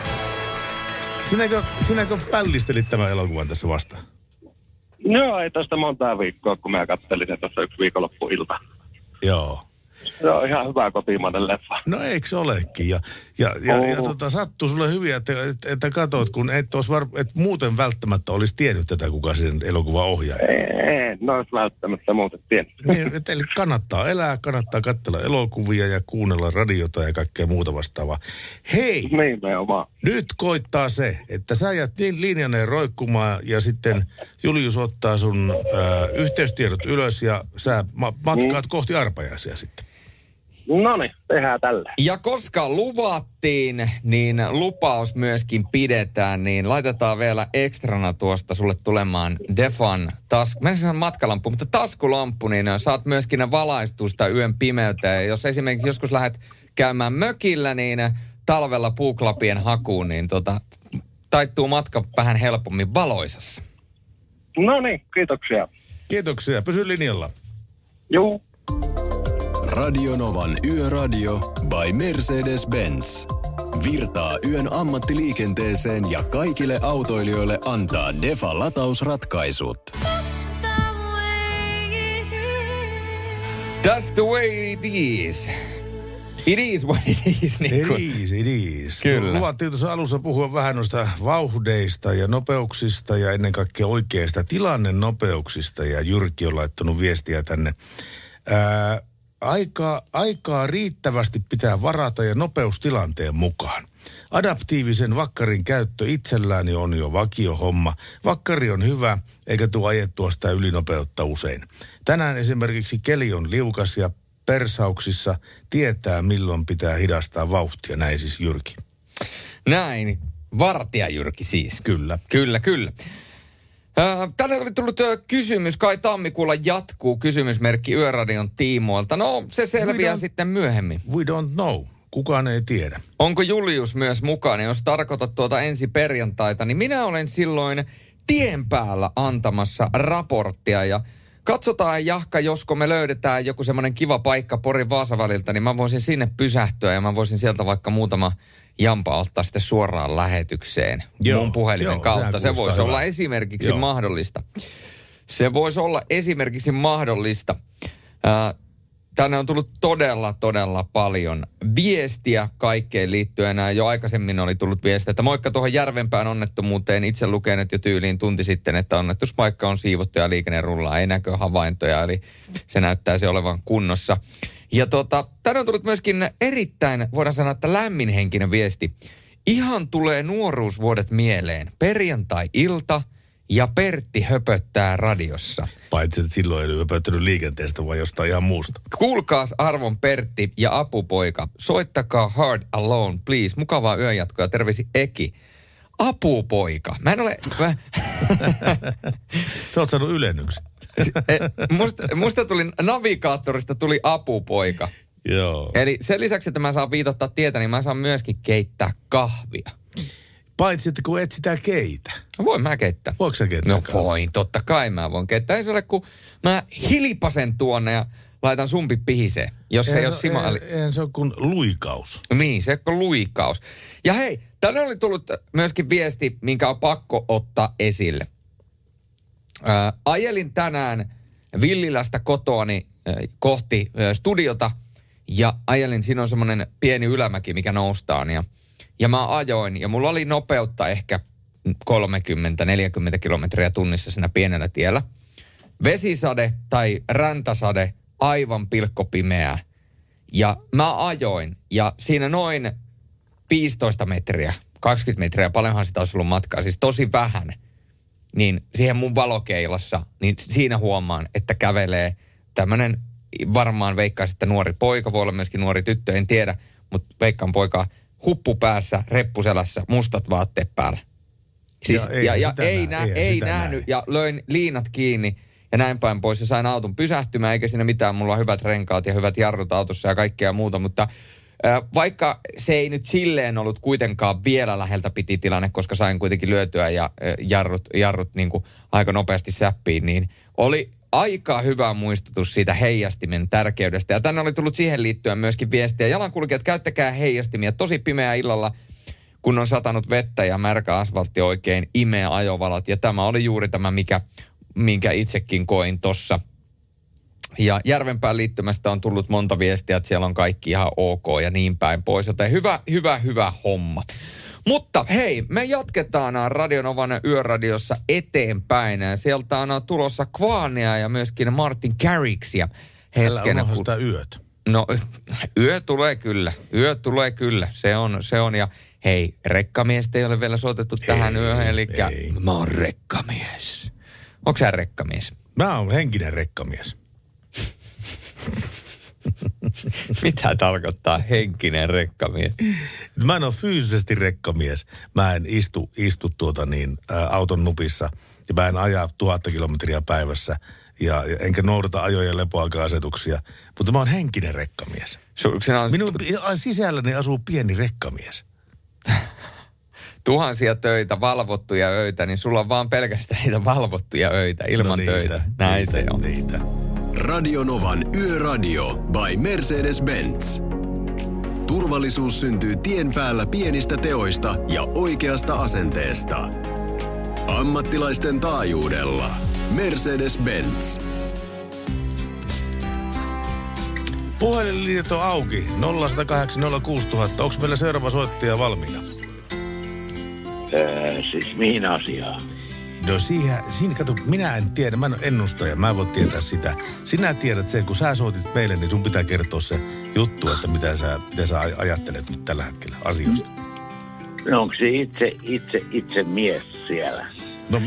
Sinäkö pällistelit tämän elokuvan tässä vastaan? Joo, ei tästä montaa viikkoa, kun mä kattelin sen tuossa yksi viikonloppuilta. Joo. Se on ihan hyvä kotimainen leffa. No eikö se olekin? Ja sattuu sulle hyvin, että katsot, kun et muuten välttämättä olisi tiennyt tätä, kuka sen elokuva ohjaaja. En olisi välttämättä muuten tiennyt. Niin, eli kannattaa elää, kannattaa katsella elokuvia ja kuunnella radiota ja kaikkea muuta vastaavaa. Hei! Nimenomaan. Nyt koittaa se, että sä jäät linjaneen roikkumaan ja sitten Julius ottaa sun yhteystiedot ylös ja sä matkaat kohti arpajaisia sitten. Noniin, tehdään tällä. Ja koska luvattiin, niin lupaus myöskin pidetään, niin laitetaan vielä ekstrana tuosta sulle tulemaan Defan matkalampu, mutta taskulamppu, niin saat myöskin valaistusta yön pimeyttä. Ja jos esimerkiksi joskus lähdet käymään mökillä, niin talvella puuklapien hakuun, niin taittuu matka vähän helpommin valoisassa. No niin, kiitoksia. Kiitoksia, pysy linjalla. Juu. Radio Novan Yöradio by Mercedes-Benz. Virtaa yön ammattiliikenteeseen ja kaikille autoilijoille antaa Defa latausratkaisut. That's the way it is. It is what it is. Niin it is. Kyllä. Luvattiin tuossa alussa puhua vähän noista vauhdeista ja nopeuksista ja ennen kaikkea oikeista tilannenopeuksista. Ja Jyrki on laittanut viestiä tänne. Aikaa riittävästi pitää varata ja nopeustilanteen mukaan. Adaptiivisen vakkarin käyttö itsellään on jo vakiohomma. Vakkari on hyvä, eikä tuo ajettua sitä ylinopeutta usein. Tänään esimerkiksi keli on liukas ja persauksissa tietää, milloin pitää hidastaa vauhtia. Näin siis Jyrki. Näin. Vartija Jyrki siis. Kyllä. Kyllä. Tänne oli tullut kysymys, kai tammikuulla jatkuu kysymysmerkki Yöradion tiimoilta. No, se selviää sitten myöhemmin. We don't know. Kukaan ei tiedä. Onko Julius myös mukana? Jos tarkoitat tuota ensi perjantaita, niin minä olen silloin tien päällä antamassa raporttia ja katsotaan, Jahka, josko me löydetään joku semmoinen kiva paikka Porin Vaasa-väliltä, niin mä voisin sinne pysähtyä ja mä voisin sieltä vaikka muutama jampa ottaa sitten suoraan lähetykseen mun puhelimen kautta. Se voisi olla esimerkiksi mahdollista. Se voisi olla esimerkiksi mahdollista. Tänne on tullut todella paljon viestiä kaikkeen liittyen. Jo aikaisemmin oli tullut viestiä, että moikka tuohon Järvenpään onnettomuuteen. Itse lukenut jo tyyliin tunti sitten, että onnettuspaikka on siivottu ja liikenne rullaa. Ei näköhavaintoja, eli se näyttäisi olevan kunnossa. Ja tänne on tullut myöskin erittäin, voidaan sanoa, että lämminhenkinen viesti. Ihan tulee nuoruusvuodet mieleen. Perjantai-ilta. Ja Pertti höpöttää radiossa. Paitsi, että silloin ei höpöttänyt liikenteestä, vaan jostain ihan muusta. Kuulkaas arvon Pertti ja apupoika. Soittakaa Hard Alone, please. Mukavaa yönjatkoa. Terveisi Eki. Apupoika. Mä en ole... Sä oot saanut ylennyksen. Musta tuli navigaattorista tuli apupoika. Joo. Eli sen lisäksi, että mä saan viitottaa tietä, niin mä saan myöskin keittää kahvia. Paitsi, että kun et sitä keitä. Voin mä keittää. Voinko sä keittää? No voin, totta kai mä voin keittää. Ei se ole, kun mä hilipasen tuonne ja laitan sumpi pihiseen. Jos ei ole simaali. Eihän se ole kuin luikaus. Niin, se on luikaus. Ja hei, tänne oli tullut myöskin viesti, minkä on pakko ottaa esille. Ajelin tänään Villilästä kotoani kohti studiota ja ajelin, siinä on semmoinen pieni ylämäki, mikä noustaan ja mä ajoin ja mulla oli nopeutta ehkä 30-40 kilometriä tunnissa siinä pienellä tiellä. Vesisade tai räntäsade, aivan pilkkopimeää. Ja mä ajoin ja siinä noin 15 metriä, 20 metriä, paljonhan sitä olisi ollut matkaa, siis tosi vähän. Niin siihen mun valokeilassa, niin siinä huomaan, että kävelee tämmönen, varmaan veikkaisi, että nuori poika, voi olla myöskin nuori tyttö, en tiedä, mutta veikkaan poika huppu päässä, reppuselässä, mustat vaatteet päällä. Siis, ei nähnyt ja löin liinat kiinni ja näin päin pois ja sain auton pysähtymään, eikä siinä mitään, mulla on hyvät renkaat ja hyvät jarrut autossa ja kaikkea muuta, mutta vaikka se ei nyt silleen ollut kuitenkaan vielä läheltä piti tilanne, koska sain kuitenkin lyötyä ja jarrut niin kuin aika nopeasti säppiin, niin oli aika hyvä muistutus siitä heijastimen tärkeydestä. Ja tänne oli tullut siihen liittyen myöskin viestiä. Jalankulkijat, käyttäkää heijastimia. Tosi pimeä illalla, kun on satanut vettä ja märkä asfaltti oikein imee ajovalat. Ja tämä oli juuri tämä, minkä itsekin koin tossa. Ja Järvenpään liittymästä on tullut monta viestiä, että siellä on kaikki ihan ok ja niin päin pois. Joten hyvä homma. Mutta hei, me jatketaan Radio Novan Yöradiossa eteenpäin. Sieltä on tulossa Kvaania ja myöskin Martin Garrixia. Hetkenä on sitä yöt. No, yö tulee kyllä. Se on. Ja hei, rekkamiestä ei ole vielä soitettu tähän yöhön, eli mä oon rekkamies. Onko sä rekkamies? Mä oon henkinen rekkamies. Mitä tarkoittaa henkinen rekkamies? Mä en ole fyysisesti rekkamies. Mä en istu auton nupissa ja mä en aja 1000 kilometriä päivässä ja enkä noudata ajo- ja lepoaika-asetuksia. Mutta mä oon henkinen rekkamies. Minun sisälläni asuu pieni rekkamies. Tuhansia töitä, valvottuja öitä, niin sulla on vaan pelkästään niitä valvottuja öitä ilman töitä. Näitä jo. Niitä. Radio Novan Yöradio by Mercedes-Benz. Turvallisuus syntyy tien päällä pienistä teoista ja oikeasta asenteesta. Ammattilaisten taajuudella Mercedes-Benz. Puhelinliitot on auki. 0108 06000. Onko meillä seuraava soittaja valmiina? Siis mihin asiaan? No siinä kato, minä en tiedä, mä en ole ennustaja, mä en voi tietää sitä. Sinä tiedät sen, kun sä soitit meille, niin sun pitää kertoa se juttu, että mitä sä ajattelet nyt tällä hetkellä asioista. No onko se itse mies siellä? No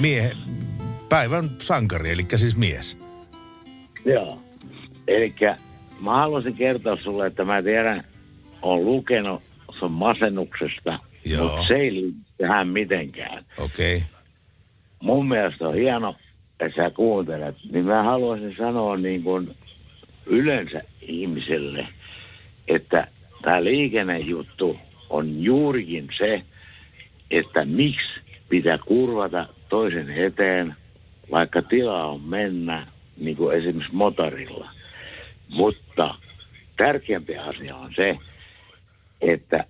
päivän sankari, eli siis mies. Joo. Elikkä mä haluaisin kertoa sulle, että mä tiedän, on lukenut sun masennuksesta, mutta se ei liity tähän mitenkään. Okei. Okay. Mun mielestä on hieno, että sä kuuntelet, niin mä haluaisin sanoa niin kuin yleensä ihmiselle, että tämä liikennejuttu on juurikin se, että miksi pitää kurvata toisen eteen, vaikka tilaa on mennä, niin kuin esimerkiksi motorilla. Mutta tärkeämpi asia on se, että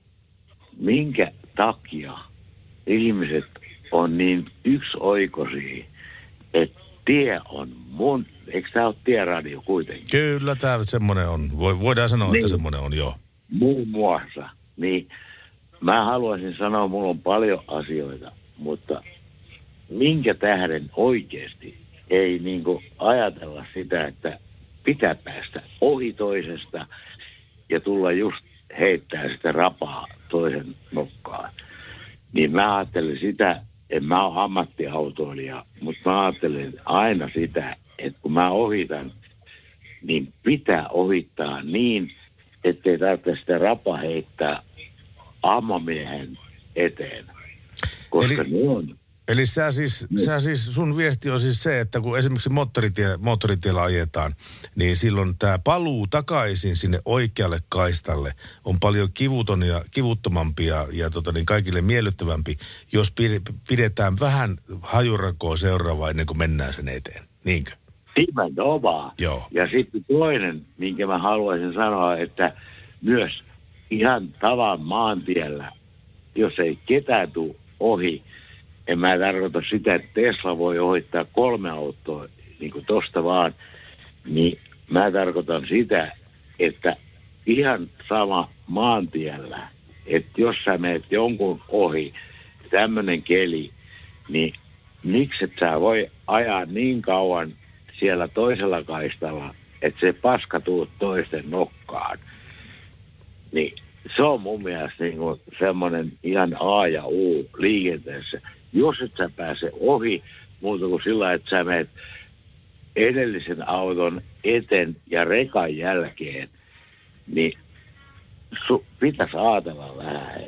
minkä takia ihmiset on niin yksioikoisia, että tie on mun, eikö tämä ole tieradio kuitenkin? Kyllä tämä semmoinen on. Voidaan sanoa, niin, että semmoinen on, joo. Muun muassa. Niin mä haluaisin sanoa, mulla on paljon asioita, mutta minkä tähden oikeasti ei niinku ajatella sitä, että pitää päästä ohi toisesta ja tulla just heittää sitä rapaa toisen nokkaan. Niin mä ajattelin sitä, en mä ole ammattiautoilija, mutta mä ajattelen aina sitä, että kun mä ohitan, niin pitää ohittaa niin, ettei tarvitse sitä rapa heittää ammamiehen eteen. Koska ne on. Eli sä siis, sun viesti on siis se, että kun esimerkiksi moottoritiellä ajetaan, niin silloin tämä paluu takaisin sinne oikealle kaistalle on paljon kivuttomampi ja niin kaikille miellyttävämpi, jos pidetään vähän hajurakoa seuraavaa ennen kuin mennään sen eteen. Niinkö? Nimenomaan. Joo. Ja sitten toinen, minkä mä haluaisin sanoa, että myös ihan tavan maantiellä, jos ei ketään tule ohi, en mä tarkoita sitä, että Tesla voi ohittaa 3 autoa niin kuin tosta vaan, niin mä tarkoitan sitä, että ihan sama maantiellä, että jos sä menet jonkun ohi, tämmönen keli, niin miksi et sä voi ajaa niin kauan siellä toisella kaistalla, että se paska tuu toisten nokkaan. Niin se on mun mielestä niin kuin semmoinen ihan A ja U liikenteessä. Jos et sä pääse ohi, muuta kuin sillä, että sä menet edellisen auton eteen ja rekan jälkeen, niin pitäisi ajatella vähän.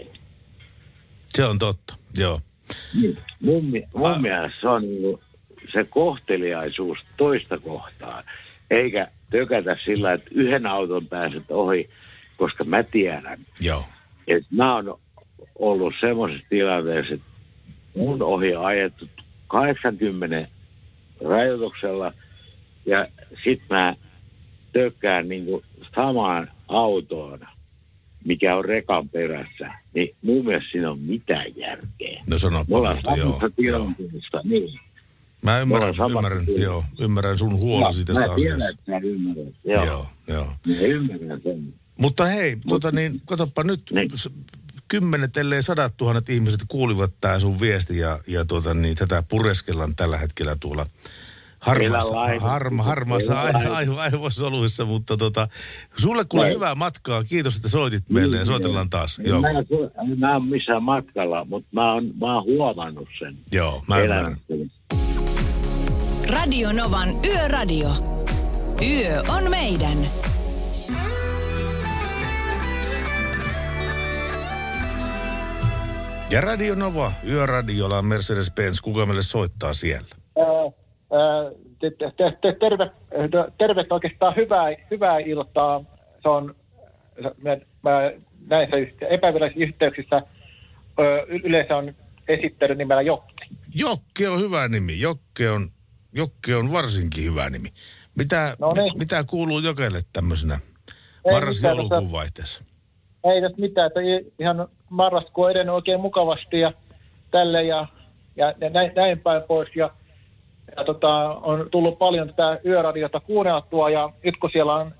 Se on totta, joo. Mun mielestä se on niin se kohteliaisuus toista kohtaan, eikä tökätä sillä, että yhden auton pääset ohi, koska mä tiedän, että mä oon ollut semmoisessa tilanteessa, että mun ohi on ajettu 80 rajoituksella ja sit mä tökkään niinku samaan autoon, mikä on rekan perässä, niin mun mielestä siinä on mitään järkeä. No sanoppa nyt, joo. Niin. Mä ymmärrän sun huolesi tässä asiassa. Mä ymmärrän, Joo. Mä ymmärrän sen. Mutta hei, katsoppa nyt, niin. 10 ellei 100 000 ihmiset kuulivat tää sun viesti ja tätä pureskellaan tällä hetkellä tuolla harmaassa aivosoluissa, mutta sulle kuule hyvää matkaa. Kiitos, että soitit meille ja soitellaan taas. Mä en missään matkalla, mutta mä oon huomannut sen. Joo, mä ymmärrän. Radio Novan Yöradio. Yö on meidän. Ja Radio Nova, Yöradiolla on Mercedes-Benz. Kuka meille soittaa siellä? Terve oikeastaan hyvää iltaa. Se on näissä epävirallisissa yhteyksissä yleensä on esittänyt nimellä Jokki. Jokki on hyvä nimi. Jokki on varsinkin hyvä nimi. Mitä kuuluu Jokelle tämmöisenä marras-joulukuun vaihteessa? Ei tässä mitään, että ihan marraskuu on edennyt oikein mukavasti ja tälle ja näin päin pois. Ja on tullut paljon tätä yöradiota kuunneltua ja nyt kun siellä on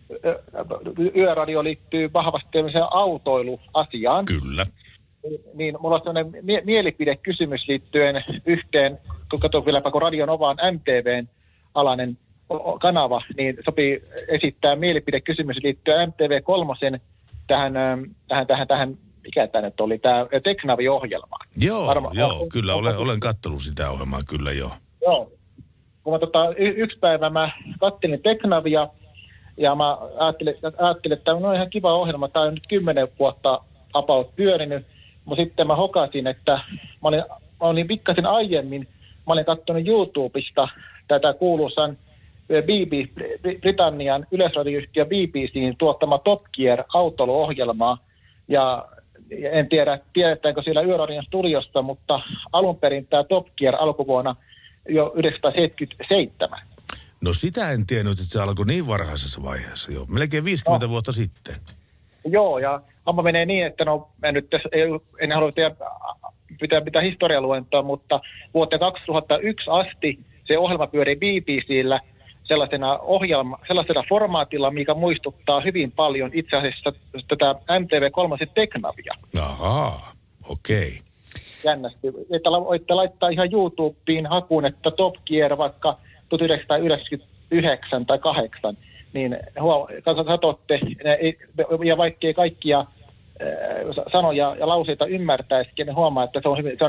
Yöradio liittyy vahvasti autoiluasiaan. Kyllä. Niin mulla on sellainen mielipidekysymys liittyen yhteen, kun katson vieläpä, kun Radio Nova on MTVn alainen kanava, niin sopii esittää mielipidekysymys liittyen MTV3 tähän mikä tämä nyt oli, tämä Teknavi-ohjelma. Joo, kyllä olen katsellut sitä ohjelmaa, kyllä joo. Joo. Kun yksi päivä mä katselin Teknavia ja mä ajattelin, että tämä on ihan kiva ohjelma, tämä on nyt 10 vuotta about pyörinyt, mutta sitten mä hokasin, että mä olin pikkasen aiemmin, mä olin katsonut YouTubesta tätä kuuluisan Britannian yleisradioyhtiö BBC:n tuottama Top Gear autoiluohjelmaa. Ja en tiedä, tiedetäänkö siellä Yöradion studiosta, mutta alun perin tämä Top Gear alkoi vuonna jo 1977. No sitä en tiennyt, että se alkoi niin varhaisessa vaiheessa jo. Melkein 50 vuotta sitten. Joo, ja homma menee niin, että en halua pitää historialuentoa, mutta vuoteen 2001 asti se ohjelma pyöri BBC:llä sellaisena formaatilla, mikä muistuttaa hyvin paljon itse asiassa tätä MTV3 Teknavia. Ahaa, okei. Jännästi. Että voitte laittaa ihan YouTubeen hakuun, että Top Gear vaikka 1999 tai 8, niin katsotte, ja vaikkei kaikkia sanoja ja lauseita ymmärtäisikin, niin huomaa, että se on hyvin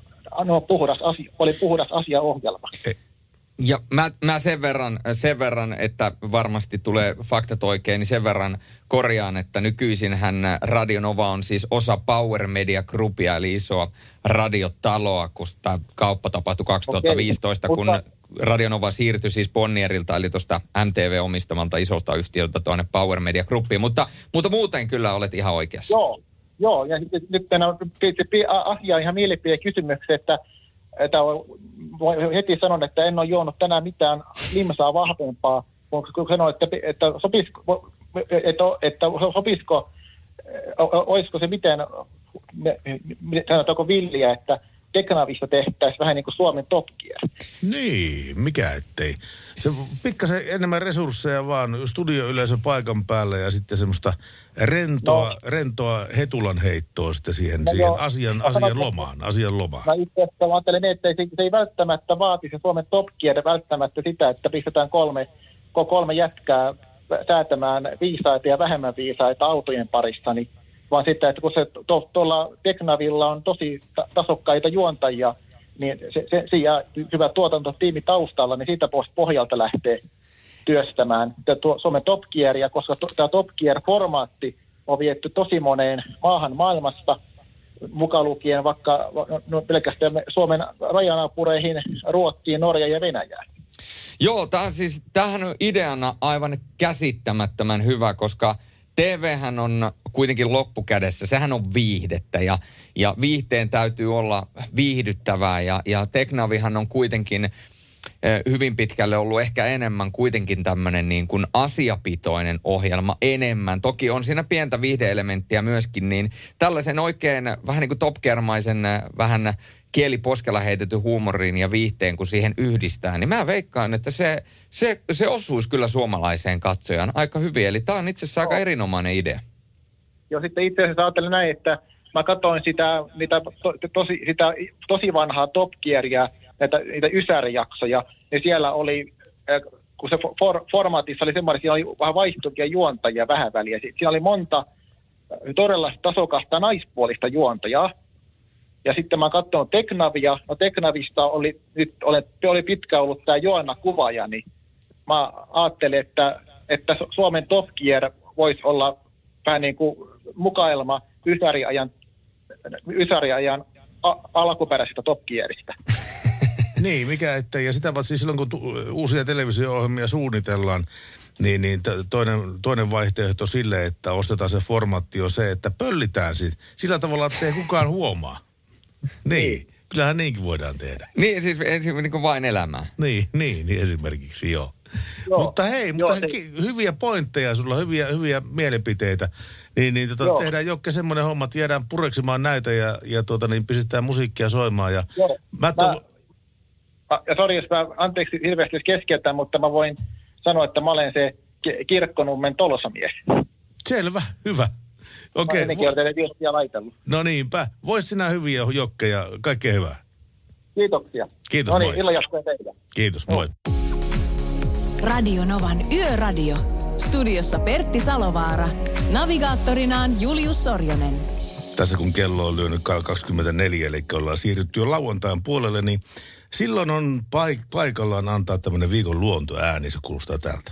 puhdas asiaohjelma. Ja mä sen verran, että varmasti tulee faktat oikein, niin sen verran korjaan, että nykyisinhän Radio Nova on siis osa Power Media Groupia, eli isoa radiotaloa, kun tämä kauppa tapahtui 2015, kun Radio Nova siirtyi siis Bonnierilta, eli tuosta MTV-omistamalta isosta yhtiöltä tuonne Power Media Groupiin, mutta muuten kyllä olet ihan oikeassa. Joo, ja nyt on asia ihan mielipidekysymyksiä, että heti sanon, että en ole juonut tänään mitään limsaa vahvempaa, kun sanoin, että sopisiko, olisiko se miten, sanotaanko villiä, että Teknavista tehtäisiin vähän niin kuin Suomen Top Gear. Niin, mikä ettei. Se pikkasen enemmän resursseja vaan, studioyleisö paikan päällä ja sitten semmoista rentoa hetulan heittoa sitten siihen asian lomaan. Mä itse asiassa ajattelen, että se ei välttämättä vaati se Suomen Top Gear välttämättä sitä, että pistetään kolme jätkää säätämään viisaita ja vähemmän viisaita autojen parissa, niin vaan sitten, että kun se tuolla Teknavilla on tosi tasokkaita juontajia, niin se ja hyvä tuotantotiimi taustalla, niin siitä pohjalta lähtee työstämään Suomen Top Gearia, koska tämä Top Gear-formaatti on vietty tosi moneen maahan maailmasta, mukaan lukien vaikka pelkästään Suomen rajanaapureihin, Ruotsiin, Norjaan ja Venäjään. Joo, tämähän on ideana aivan käsittämättömän hyvä, koska TVhän on kuitenkin loppukädessä, sehän on viihdettä ja viihteen täytyy olla viihdyttävää ja Teknavihan on kuitenkin hyvin pitkälle ollut ehkä enemmän kuitenkin tämmöinen niin kuin asiapitoinen ohjelma enemmän. Toki on siinä pientä viihde-elementtiä myöskin, niin tällaisen oikein vähän niin kuin Top Gear-maisen vähän kieliposkella heitetty huumoriin ja viihteen, kun siihen yhdistää, niin mä veikkaan, että se osuisi kyllä suomalaiseen katsojaan aika hyvin. Eli tämä on itse asiassa aika erinomainen idea. Joo, sitten itse asiassa ajattelen näin, että mä katsoin sitä tosi vanhaa Top Gearia, niitä Ysäri-jaksoja, ja siellä oli, kun se formaatissa oli semmoinen, siellä oli vähän vaihtuvia juontajia vähän väliä. Siinä oli monta todella tasokasta naispuolista juontajaa. Ja sitten mä oon katsonut Teknavia. No Teknavista oli pitkään ollut tämä Joanna Kuvaaja, niin mä ajattelin, että Suomen Top Gear voisi olla vähän niin kuin mukailma Ysäri-ajan alkuperäisestä Top Gearista. Niin, mikä ettei. Ja sitä paitsi silloin, kun uusia televisio-ohjelmia suunnitellaan, niin toinen vaihtoehto sille, että ostetaan se formaatti on se, että pöllitään siis sillä tavalla, että ei kukaan huomaa. Niin, kyllähän niinkin voidaan tehdä. Niin, siis niin kuin vain elämää. Niin esimerkiksi, joo. Mutta hyviä pointteja sulla, hyviä mielipiteitä. Tehdään Jokke semmoinen homma, että jäädään pureksimaan näitä ja pistetään musiikkia soimaan. Ja sori, jos mä anteeksi hirveästi keskeytän, mutta mä voin sanoa, että mä olen se Kirkkonummen Tolosamies. Selvä, hyvä. Okei. Ennenkin olen teille viestiä laitellut. No niinpä. Vois sinä hyviä, Jokke, ja kaikkea hyvää. Kiitoksia. Kiitos, no niin, moi. illan jatkoa teille. Kiitos, moi. Radio Novan Yöradio. Studiossa Pertti Salovaara. Navigaattorinaan Julius Sorjonen. Tässä kun kello on lyönyt 24, eli ollaan siirrytty jo lauantain puolelle, niin silloin on paikallaan antaa tämmöinen viikon luontoääni, se kuulostaa täältä.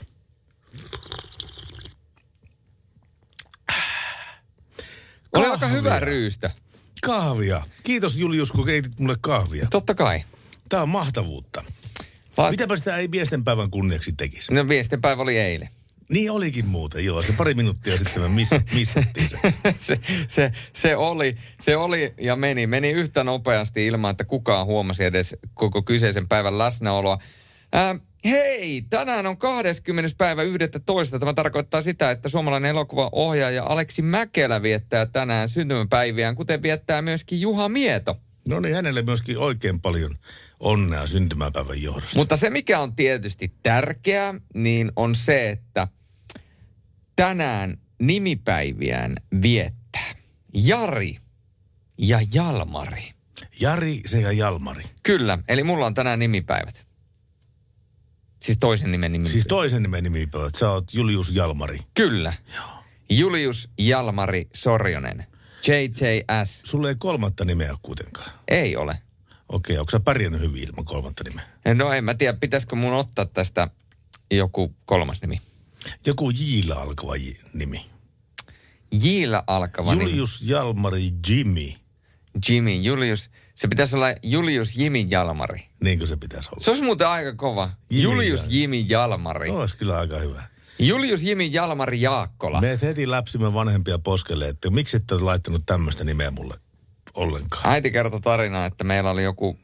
Oli aika hyvä ryystä. Kahvia. Kiitos Julius, kun keitit mulle kahvia. Totta kai. Tää on mahtavuutta. Mitäpä sitä ei miestenpäivän kunniaksi tekisi? No miestenpäivä oli eilen. Niin olikin muuten, joo. Se pari minuuttia sitten me missattiin se. se oli ja meni yhtä nopeasti ilman, että kukaan huomasi edes koko kyseisen päivän läsnäoloa. Hei, tänään on 20. päivä 11. Tämä tarkoittaa sitä, että suomalainen elokuvaohjaaja Aleksi Mäkelä viettää tänään syntymäpäiviään, kuten viettää myöskin Juha Mieto. No niin, hänelle myöskin oikein paljon onnea syntymäpäivän johdosta. Mutta se, mikä on tietysti tärkeää, niin on se, että tänään nimipäiviään viettää Jari ja Jalmari. Jari sekä Jalmari. Kyllä, eli mulla on tänään nimipäivät. Siis toisen nimen nimipäivät. Siis toisen nimen nimipäivät. Sä oot Julius Jalmari. Kyllä. Joo. Julius Jalmari Sorjonen. JJS. Sulla ei kolmatta nimeä kuitenkaan. Ei ole. Okei, onko sä pärjännyt hyvin ilman kolmatta nimeä? No en mä tiedä, pitäisikö mun ottaa tästä joku kolmas nimi. Joku Jillä alkava nimi. Jillä alkava nimi. Julius Jalmari Jimmy. Jimmy, Julius. Se pitäisi olla Julius Jimmy Jalmari. Niinkö se pitäisi olla? Se olisi muuten aika kova. Julius Jimmy Jalmari. Se olisi kyllä aika hyvä. Julius Jimmy Jalmari Jaakkola. Me heti läpsimme vanhempia poskelle, että miksi ette ole laittanut tämmöistä nimeä mulle ollenkaan. Äiti kertoi tarinaa, että meillä oli joku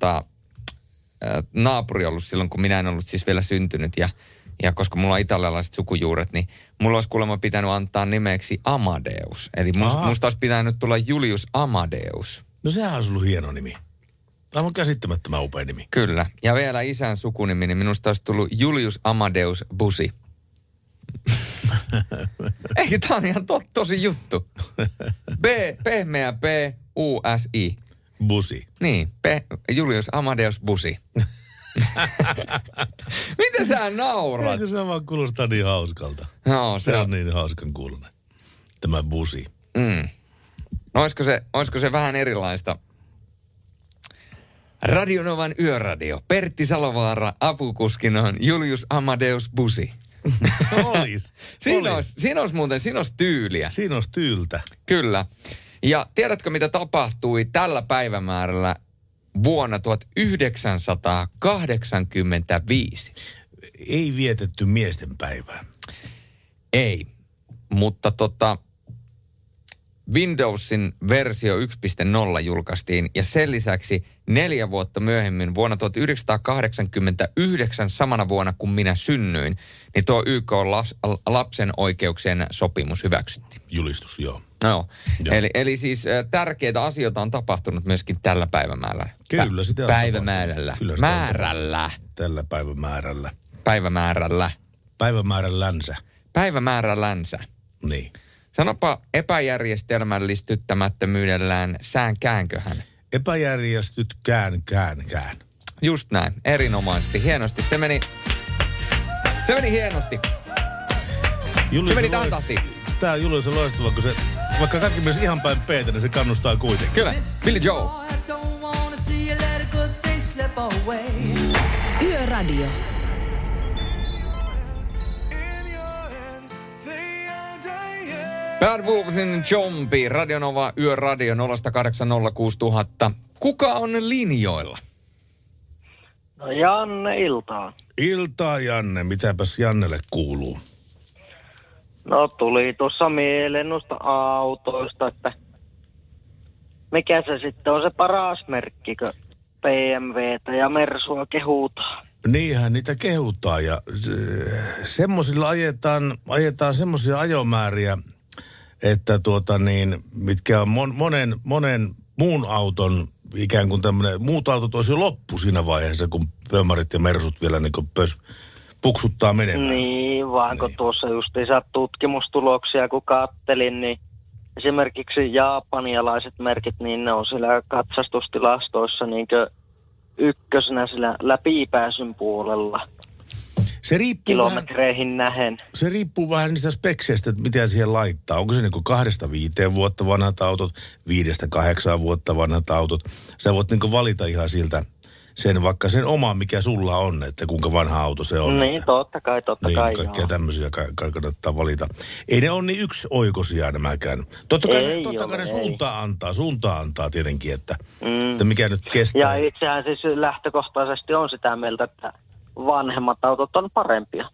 naapuri ollut silloin, kun minä en ollut siis vielä syntynyt. Ja koska mulla on italialaiset sukujuuret, niin mulla olisi kuulemma pitänyt antaa nimeksi Amadeus. Eli musta olisi pitänyt tulla Julius Amadeus. No sehän olisi ollut hieno nimi. Tämä on käsittämättömän upea nimi. Kyllä. Ja vielä isän sukunimi, niin minusta olisi tullut Julius Amadeus Busi. Eikö tämä on ihan tosi juttu? Pehmeä B-U-S-I. Busi. Niin, Julius Amadeus Busi. Mitä sä naurat? Eikö se vaan kuulostaa niin hauskalta? No, se on niin hauskan kuulunen. Tämä Busi. Olisiko se vähän erilaista? Radio Novan Yöradio. Pertti Salovaara apukuskina on Julius Amadeus Busi. Siinä olisi tyyliä. Siinä olisi tyyltä. Kyllä. Ja tiedätkö, mitä tapahtui tällä päivämäärällä vuonna 1985? Ei vietetty miesten päivää. Ei, mutta Windowsin versio 1.0 julkaistiin ja sen lisäksi 4 vuotta myöhemmin vuonna 1989 samana vuonna kun minä synnyin, niin tuo YK lapsen oikeuksien sopimus hyväksyttiin. Julistus, joo. No, eli siis tärkeitä asioita on tapahtunut myöskin tällä päivämäärällä. Kyllä, sitä on päivämäärällä. Kyllä määrällä. Tällä päivämäärällä. Päivämäärällä. Päivämäärällänsä. Päivämäärällänsä. Niin. Sanopa epäjärjestelmällistyttämättömyydellään sään käänköhän. Epäjärjestyt kään. Just näin, erinomaisesti, hienosti. Se meni hienosti. Se meni tähän tahtiin. Tää Julius on loistava, kun se, vaikka kaikki myös ihan päin peetä, niin se kannustaa kuitenkin. Kyllä, Billy Joe. Yöradio. Bad Wolvesin Jompi, Radio Nova Yöradio 0806000. Kuka on linjoilla? No Janne, iltaa. Iltaa Janne, mitäpäs Jannelle kuuluu? No tuli tuossa mieleen noista autoista, että mikä se sitten on se paras merkki, kun BMWtä ja Mersua kehutaan. Niinhän niitä kehutaan ja semmosilla ajetaan semmosia ajomääriä, että mitkä on monen muun auton ikään kuin tämmöinen, muut autot olisi jo loppu siinä vaiheessa, kun Pömarit ja Mersut vielä niin kuin puksuttaa menemään. Niin, Niin, vaan kun tuossa justiinsa tutkimustuloksia kun kattelin, niin esimerkiksi japanialaiset merkit, niin ne on siellä katsastustilastoissa niinkö ykkösenä sillä läpipääsyn puolella. Se riippuu kilometreihin nähen. Se riippuu vähän niistä spekseistä, että mitä siihen laittaa. Onko se niin kuin 2-5 vuotta vanhat autot, 5-8 vuotta vanhat autot. Sä voit niin kuin valita ihan siltä vaikka sen oma, mikä sulla on, että kuinka vanha auto se on. Niin, totta kai. Niin, kaikkea tämmöisiä kannattaa valita. Ei ne ole niin yksioikoisia nämäkään. Totta kai ne suuntaa antaa tietenkin, että mikä nyt kestää. Ja itsehän siis lähtökohtaisesti on sitä mieltä, että vanhemmat autot on parempia.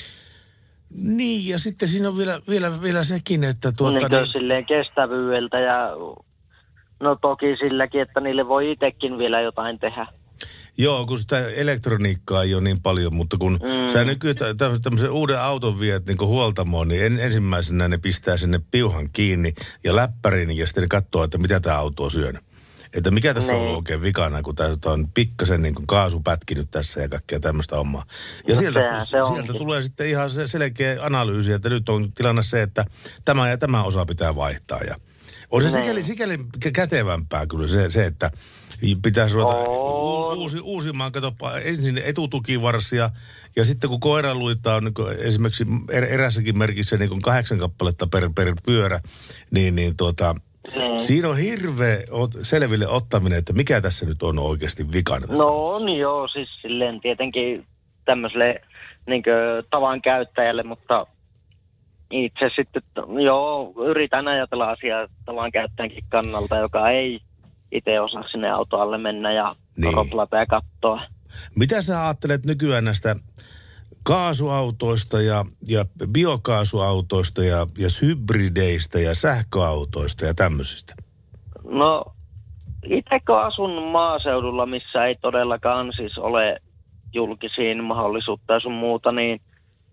Niin, ja sitten siinä on vielä sekin, että silleen kestävyydeltä ja no toki silläkin, että niille voi itsekin vielä jotain tehdä. Joo, kun sitä elektroniikkaa ei ole niin paljon, mutta kun sä nykyään tämmöisen uuden auton viet niin huoltamoon, niin ensimmäisenä ne pistää sinne piuhan kiinni ja läppärin ja sitten ne katsoo, että mitä tämä auto on syönyt. Että mikä tässä on oikein vikana, kun tämä on pikkasen niin kuin kaasu pätkinyt tässä ja kaikkea tämmöistä hommaa. Ja sieltä tulee sitten ihan se selkeä analyysi, että nyt on tilanne se, että tämä ja tämä osa pitää vaihtaa. Ja on se sikäli kätevämpää kyllä se, että pitäisi ruveta uusimaan, katsoppa ensin etutukivarsia ja sitten kun koiraluita on niin esimerkiksi erässäkin merkissä niin 8 kappaletta per pyörä, niin siinä on hirveä selville ottaminen, että mikä tässä nyt on oikeasti vikana. No on joo, siis silleen tietenkin tämmöiselle tavan käyttäjälle, mutta itse sitten yritän ajatella asiaa tavan käyttäjänkin kannalta, joka ei itse osaa sinne autoalle mennä ja roplata ja katsoa. Mitä sä ajattelet nykyään näistä kaasuautoista ja biokaasuautoista ja hybrideistä ja sähköautoista ja tämmöisistä? No, itse kun asun maaseudulla, missä ei todellakaan siis ole julkisiin mahdollisuutta ja sun muuta, niin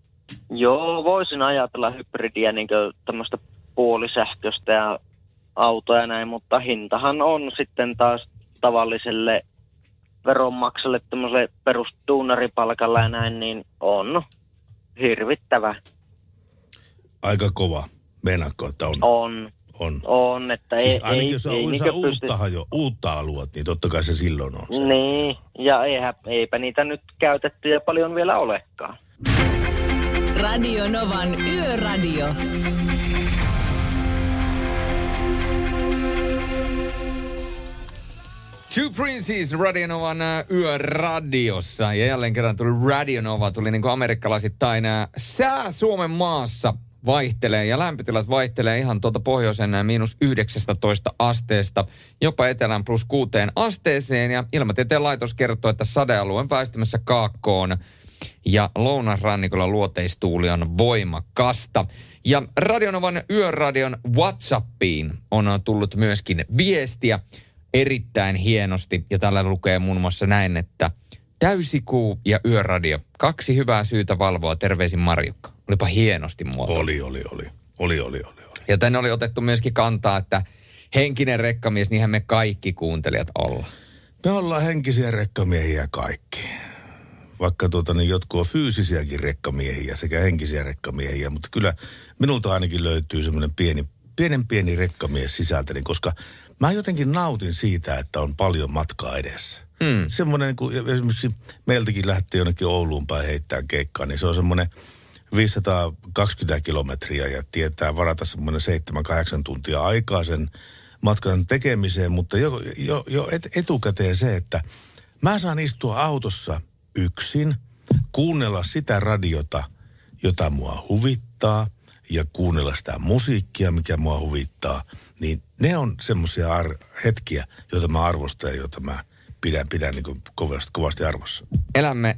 voisin ajatella hybridiä niin kuin tämmöistä puolisähköistä ja autoja näin, mutta hintahan on sitten taas tavalliselle veronmaksajalle tämmöiselle perustuunaripalkalla ja näin, niin on hirvittävä. Aika kova. Meinaatko, että on? On, että siis ainakin jos uutta alueet, niin totta kai se silloin on. Se. Niin, ja eipä niitä nyt käytettyjä paljon vielä olekaan. Radio Novan Yöradio. Two Princes Radio Novan Yöradiossa. Ja jälleen kerran tuli Radio Nova, tuli niin kuin amerikkalaisittain. Sää Suomen maassa vaihtelee ja lämpötilat vaihtelee ihan pohjoisen -19 asteesta jopa etelän +6 asteeseen. Ja Ilmatieteen laitos kertoo, että sadealue on väistymässä kaakkoon ja lounasrannikolla luoteistuuli on voimakasta. Ja Radio Novan Yöradion WhatsAppiin on tullut myöskin viestiä erittäin hienosti. Ja täällä lukee muun muassa näin, että täysikuu ja Yöradio. 2 hyvää syytä valvoa. Terveisin Marjukka. Olipa hienosti muotoilu. Oli. Ja tänne oli otettu myöskin kantaa, että henkinen rekkamies, niinhän me kaikki kuuntelijat ollaan. Me ollaan henkisiä rekkamiehiä kaikki. Vaikka jotkut on fyysisiäkin rekkamiehiä sekä henkisiä rekkamiehiä, mutta kyllä minulta ainakin löytyy semmoinen pieni rekkamies sisältäni, koska mä jotenkin nautin siitä, että on paljon matkaa edessä. Semmoinen, kun esimerkiksi meiltäkin lähtee jonnekin Ouluun päin heittämään keikkaa, niin se on semmoinen 520 kilometriä ja tietää varata semmoinen 7-8 tuntia aikaa sen matkan tekemiseen, mutta jo etukäteen se, että mä saan istua autossa yksin, kuunnella sitä radiota, jota mua huvittaa ja kuunnella sitä musiikkia, mikä mua huvittaa, niin ne on semmoisia hetkiä, joita mä arvostan ja joita mä pidän niin kuin kovasti arvossa. Elämme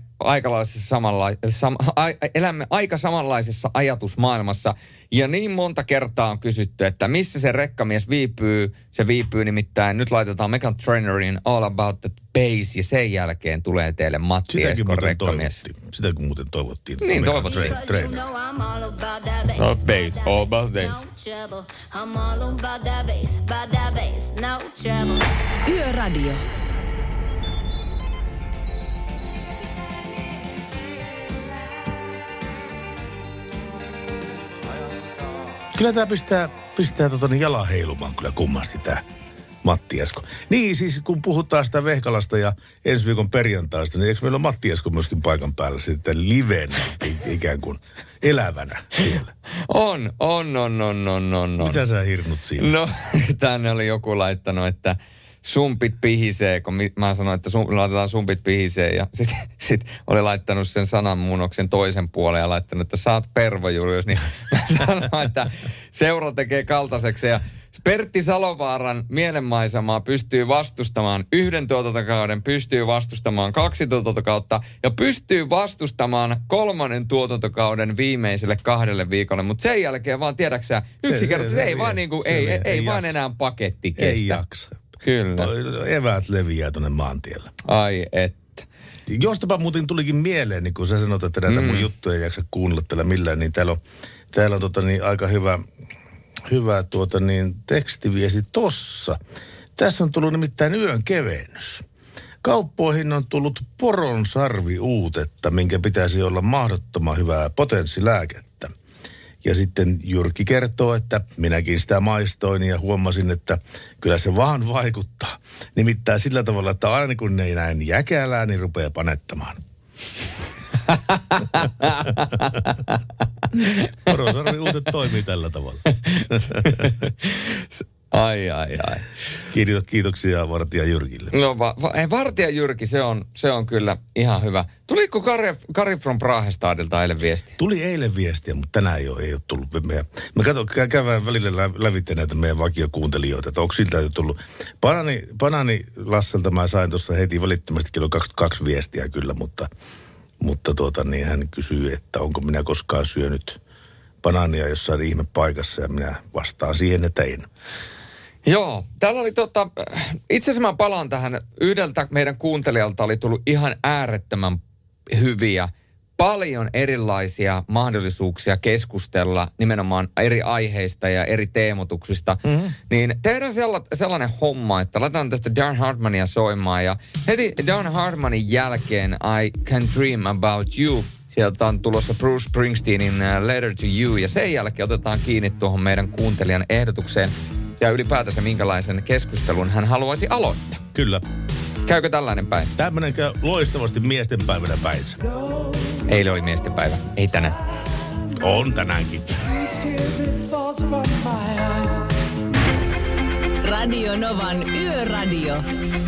aika samanlaisessa ajatusmaailmassa. Ja niin monta kertaa on kysytty, että missä se rekkamies viipyy. Se viipyy nimittäin, nyt laitetaan Meghan Trainerin All About the Bass ja sen jälkeen tulee teille Matti Eskon rekkamies. Sitä kun muuten toivottiin. Niin toivottiin. Trainer. No bass, all about bass. Yöradio. Kyllä tämä pistää jalan heilumaan kyllä kummasti tämä Matti Esko. Niin siis kun puhutaan sitä Vehkalasta ja ensi viikon perjantaista, niin eikö meillä ole Matti Esko myöskin paikan päällä sitten livenä ikään kuin elävänä siellä? On. Mitä sä hirnut siinä? No, tänne oli joku laittanut, että sumpit pihisee, kun mä sanoin, että laitetaan sumpit pihisee. Ja sit oli laittanut sen sananmuunnoksen toisen puolen ja laittanut, että sä oot pervo, Julius. Niin mä sanoin, että seura tekee kaltaiseksi. Ja Pertti Salovaaran mielenmaisemaa pystyy vastustamaan 1 tuotantokauden, pystyy vastustamaan 2 tuotantokautta ja pystyy vastustamaan 3. tuotantokauden viimeiselle 2 viikolle. Mutta sen jälkeen vaan, tiedäksä, yksinkertaisesti ei vaan, ei vaan enää paketti kestä. Ei jaksa. Kyllä. Eväät leviää tuonne maantiellä. Ai että. Jostapa muuten tulikin mieleen, niin kun sä sanot, että näitä mun juttuja ei jaksa kuunnella tällä millään, niin täällä on aika hyvä tekstiviesti tossa. Tässä on tullut nimittäin yön kevennys. Kauppoihin on tullut poronsarviuutetta, minkä pitäisi olla mahdottoman hyvää potenssilääkettä. Ja sitten Jyrki kertoo, että minäkin sitä maistoin ja huomasin, että kyllä se vaan vaikuttaa. Nimittäin sillä tavalla, että aina kun ne ei näin jäkälää, niin rupeaa panettamaan. Poronsarviuutet toimii tällä tavalla. Ai. Kiitoksia Vartija Jyrkille. No Vartija Jyrki, se on kyllä ihan hyvä. Tuliko Kari from Prahestadilta eilen viestiä? Tuli eilen viestiä, mutta tänään ei ole tullut. Me käydään välillä lävitse näitä meidän vakiokuuntelijoita, että onko siltä jo tullut. Banani Lasselta mä sain tuossa heti välittömästi kello 22 viestiä kyllä, mutta niin hän kysyy, että onko minä koskaan syönyt banaania jossain ihme paikassa ja minä vastaan siihen, että en. Joo, täällä oli itse asiassa mä palaan tähän. Yhdeltä meidän kuuntelijalta oli tullut ihan äärettömän hyviä, paljon erilaisia mahdollisuuksia keskustella nimenomaan eri aiheista ja eri teemotuksista. Mm-hmm. Niin tehdään sellainen homma, että laitetaan tästä Dan Hartmania soimaan ja heti Dan Hartmanin jälkeen I Can Dream About You. Sieltä on tulossa Bruce Springsteenin Letter to You ja sen jälkeen otetaan kiinni tuohon meidän kuuntelijan ehdotukseen. Ja ylipäätänsä minkälaisen keskustelun hän haluaisi aloittaa. Kyllä. Käykö tällainen päivä? Tämmöinen käy loistavasti miestenpäivänä päinsä. Eilen oli miestenpäivä, ei tänään. On tänäänkin. Radio Novan Yöradio.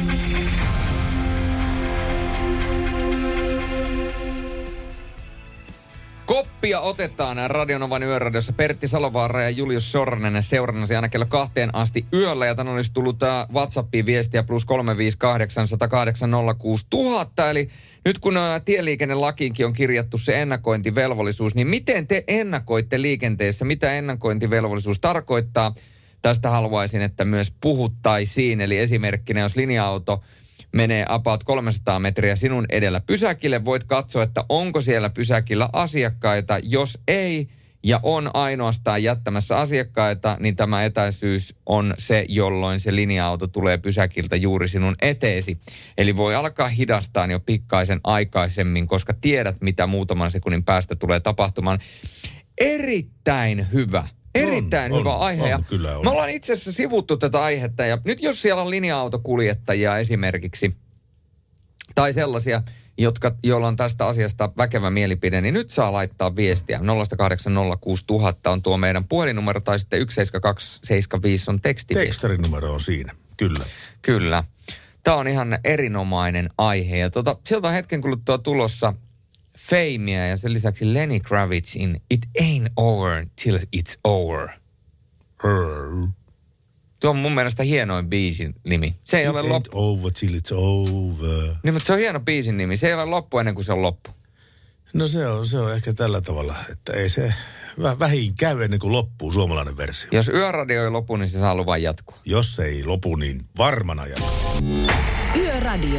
Koppia otetaan Radio Novan Yöradiossa. Pertti Salovaara ja Julius Sornanen seurannasi aina kello 2 asti yöllä. Ja tänne olisi tullut WhatsAppiin viestiä +358 108 06000. Eli nyt kun tieliikennelakiinkin on kirjattu se ennakointivelvollisuus, niin miten te ennakoitte liikenteessä? Mitä ennakointivelvollisuus tarkoittaa? Tästä haluaisin, että myös puhuttaisiin. Eli esimerkkinä, jos linja-auto menee about 300 metriä sinun edellä pysäkille, voit katsoa, että onko siellä pysäkillä asiakkaita. Jos ei ja on ainoastaan jättämässä asiakkaita, niin tämä etäisyys on se, jolloin se linja-auto tulee pysäkiltä juuri sinun eteesi. Eli voi alkaa hidastaa jo pikkaisen aikaisemmin, koska tiedät, mitä muutaman sekunnin päästä tulee tapahtumaan. Erittäin hyvä. Erittäin hyvä aihe. Me ollaan itse asiassa sivuttu tätä aihetta ja nyt jos siellä on linja-autokuljettajia esimerkiksi tai sellaisia, joilla on tästä asiasta väkevä mielipide, niin nyt saa laittaa viestiä. 0806000 on tuo meidän puhelinnumero tai sitten 17275 on tekstiviesti. Tekstarinumero on siinä, kyllä. Kyllä. Tämä on ihan erinomainen aihe ja sieltä on hetken kuluttua tulossa Famea ja sen lisäksi Lenny Kravitzin It Ain't Over Till It's Over. Tuo on mun mielestä hienoin biisin nimi. Se ei ole loppu. It ain't over till it's over. Niin, mutta se on hieno biisin nimi. Se ei ole loppu ennen kuin se on loppu. No se on ehkä tällä tavalla, että ei se vähin käy ennen kuin loppuu suomalainen versio. Jos Yöradio ei lopu, niin se saa luvan jatkuu. Jos se ei lopu, niin varmana jatkuu. Yöradio.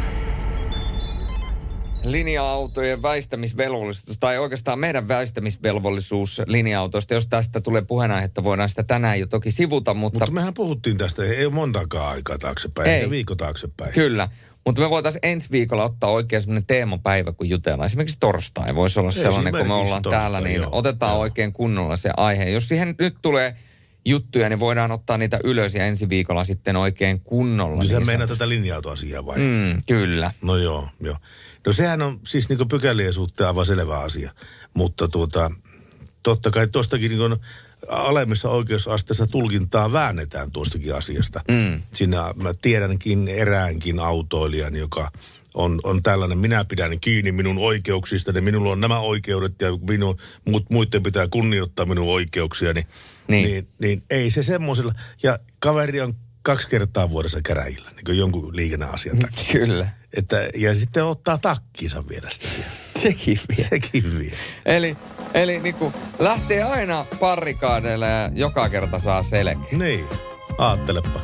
Linja-autojen väistämisvelvollisuus, tai oikeastaan meidän väistämisvelvollisuus linja-autoista, jos tästä tulee puheenaihetta, voidaan sitä tänään jo toki sivuta, mutta... Mutta mehän puhuttiin tästä, ei ole montaakaan aikaa taaksepäin, ei viikko taaksepäin. Kyllä, Mutta me voitaisiin ensi viikolla ottaa oikein semmoinen teemapäivä, kun jutellaan. Esimerkiksi torstai voisi olla sellainen, kun me ollaan täällä, niin otetaan oikein kunnolla se aihe. Jos siihen nyt tulee juttuja, niin voidaan ottaa niitä ylös ja ensi viikolla sitten oikein kunnolla. Niin sä meinaa tätä linja-autoasiaa vai? Kyllä. No joo. No sehän on siis niinku pykälien suhteen aivan selvä asia. Mutta totta kai tuostakin niinku alemmissa oikeusasteissa tulkintaa väännetään tuostakin asiasta. Siinä mä tiedänkin eräänkin autoilijan, joka on tällainen, minä pidän kiinni minun oikeuksistani, minulla on nämä oikeudet ja muiden pitää kunnioittaa minun oikeuksiani. Niin ei se semmoisella. Ja kaveri on 2 kertaa vuodessa käräjillä, niin kuin jonkun liikenneasian takia. Kyllä. Ja sitten ottaa takkiinsa vielä sitä. Sekin vie. Eli niin kuin lähtee aina parrikaadeille ja joka kerta saa selkeä. Niin, aattelepa.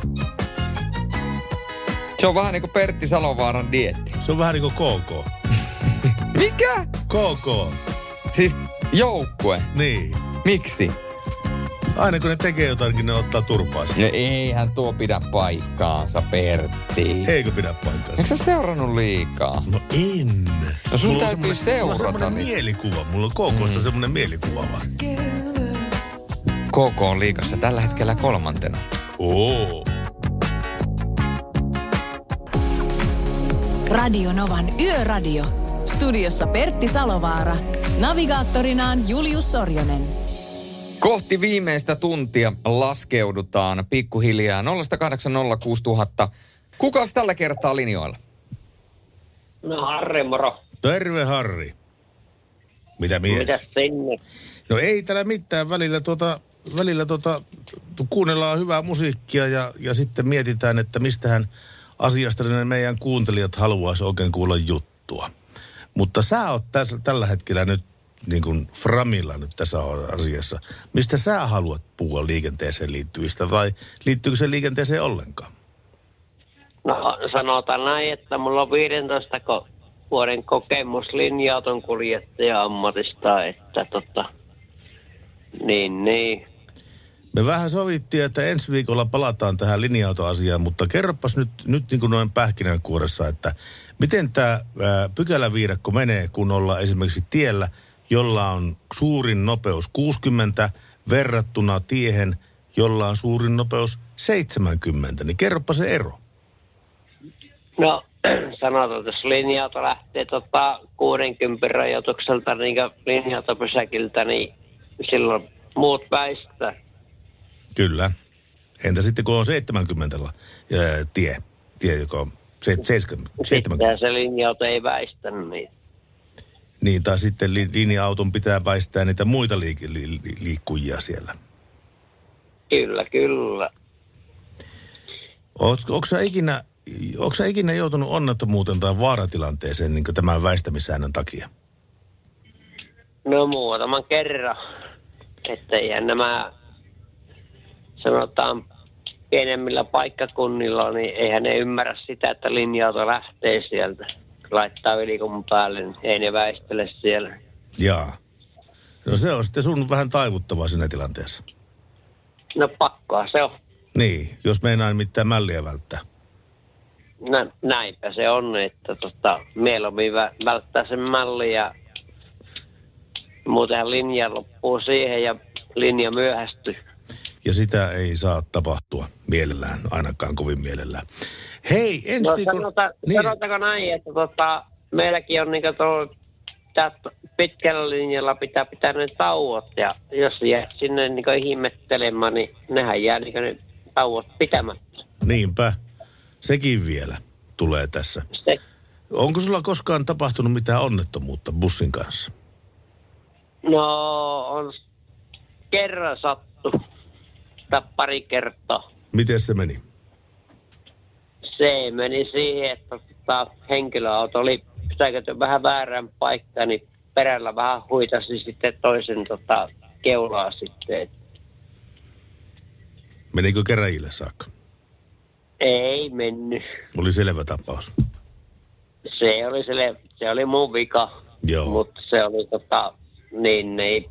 Se on vähän niin kuin Pertti Salovaaran dieetti. Se on vähän niin kuin KK. Mikä? KK. Siis joukkue? Niin. Miksi? Aina kun ne tekee jotakin, ne ottaa turpaansa. No eihän tuo pidä paikkaansa, Pertti. Eikö pidä paikkaansa? Eikö sä seurannut liikaa? No en. No sun täytyy seurata. Mulla on semmoinen mielikuva. Mulla on KK:sta semmoinen mielikuva vaan. KK on liigassa tällä hetkellä 3. Oo. Radio Novan Yöradio. Studiossa Pertti Salovaara. Navigaattorinaan Julius Sorjonen. Kohti viimeistä tuntia laskeudutaan pikkuhiljaa 0806000. Kukas tällä kertaa linjoilla? No Harri, moro. Terve Harri. Mitä mies? Mitäs sinne? No ei täällä mitään. Välillä kuunnellaan hyvää musiikkia ja sitten mietitään, että mistähän asiasta ne meidän kuuntelijat haluaisi oikein kuulla juttua. Mutta sä oot tällä hetkellä nyt niin kuin framilla nyt tässä asiassa. Mistä sä haluat puhua liikenteeseen liittyvistä vai liittyykö se liikenteeseen ollenkaan? No sanotaan näin, että mulla on 15 vuoden kokemus linja-auton kuljettaja ammatista, että niin. Me vähän sovittiin, että ensi viikolla palataan tähän linja-autoasiaan, mutta kerropas nyt niin kuin noin pähkinänkuoressa, että miten tämä pykäläviidakko menee, kun ollaan esimerkiksi tiellä, jolla on suurin nopeus 60 verrattuna tiehen, jolla on suurin nopeus 70. Niin kerropa se ero. No sanotaan, että jos linja-auto lähtee 60 rajoitukselta niin linja-autopysäkiltä, niin silloin muut väistää. Kyllä. Entä sitten kun on 70 tie joka on 70. Sitten se linja-auto ei väistänyt niitä. Niin, tai sitten linja-auton pitää väistää niitä muita liikkujia siellä. Kyllä. Onko sä ikinä joutunut onnettomuuteen tai vaaratilanteeseen niin tämän väistämissäännön takia? No muutaman kerran. Että eihän nämä, sanotaan, pienemmillä paikkakunnilla, niin eihän ne ymmärrä sitä, että linja-auto lähtee sieltä. Laittaa ylikummun päälle, niin ei ne väistele siellä. Jaa. No se on sitten sun vähän taivuttavaa siinä tilanteessa. No pakkoa se on. Niin, jos meinaa mitään mälliä välttää. No näinpä se on, että mieluummin välttää sen mallin ja muutenhan linja loppuu siihen ja linja myöhästyy. Ja sitä ei saa tapahtua mielellään, ainakaan kovin mielellään. Hei, ensi viikolla... Sanotaanko näin, että meilläkin on pitkällä linjalla pitää ne tauot. Ja jos jää sinne ihmettelemään, niin nehän jää ne tauot pitämättä. Niinpä. Sekin vielä tulee tässä. Onko sulla koskaan tapahtunut mitään onnettomuutta bussin kanssa? No, on kerran sattu. Pari kertaa. Miten se meni? Se meni siihen, että henkilöauto oli pysäköity vähän väärään paikkaan, niin perällä vähän huitasi sitten toisen keulaa sitten. Menikö käräjille saakka? Ei mennyt. Oli selvä tapaus. Se oli mun vika. Joo. Mutta se oli niin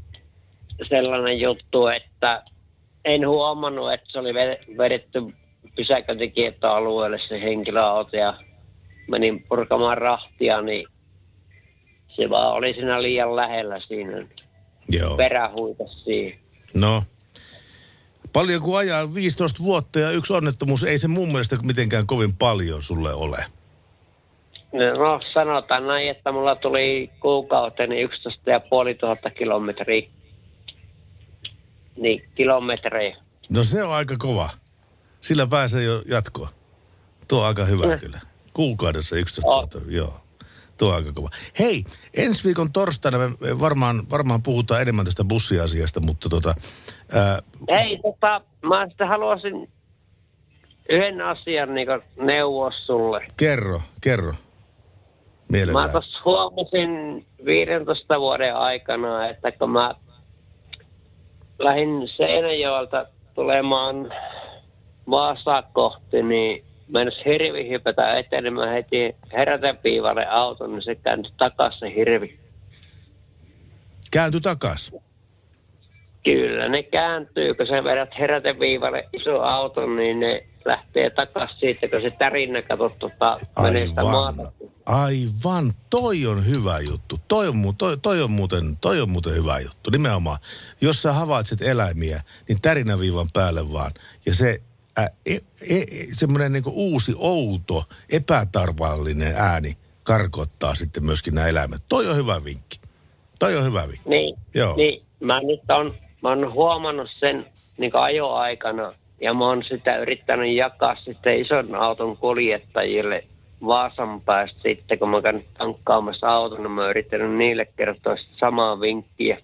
sellainen juttu, että en huomannut, että se oli vedetty pysäköintikieltoalueelle se henkilöauto ja menin purkamaan rahtia, niin se vaan oli siinä liian lähellä siinä. Joo. Perähuitas siihen. No, paljon kun ajaa 15 vuotta ja yksi onnettomuus, ei se mun mielestä mitenkään kovin paljon sulle ole. No sanotaan näin, että mulla tuli kuukauteni 11,500 kilometriä. Niin, kilometrejä. No se on aika kova. Sillä pääsee jo jatkoa. Tuo on aika hyvä kyllä. Kuukaudessa 11 000, joo. Tuo on aika kova. Hei, ensi viikon torstaina me varmaan puhutaan enemmän tästä bussiasiasta, mutta Hei, mä sitten haluaisin yhden asian niin neuvoa sulle. Kerro. Mielellään. Mä tuossa huomasin 15 vuoden aikana, että kun mä lähdin Seinäjoelta tulemaan Vaasaa kohti, niin mennessä hirvi hypätä eteen, niin mä heti herätepiivalle auton, niin se kääntyi takaisin se hirvi. Kääntyi takaisin? Kyllä, ne kääntyy, kun sä vedät heräteviivalle iso auton, niin ne lähtee takaisin siitä, kun se tärinä menee sitä maata. Aivan, toi on hyvä juttu. Toi on muuten hyvä juttu. Nimenomaan, jos sä havaitset eläimiä, niin tärinäviivan päälle vaan. Ja se semmoinen niinku uusi, outo, epätarvallinen ääni karkottaa sitten myöskin nämä eläimet. Toi on hyvä vinkki. Niin, joo. Niin mä oon huomannut sen niin ajoaikana, ja mä oon sitä yrittänyt jakaa sitten ison auton kuljettajille Vaasan päästä sitten, kun mä käyn tankkaamassa auton, niin mä oon yrittänyt niille kertoa samaa vinkkiä.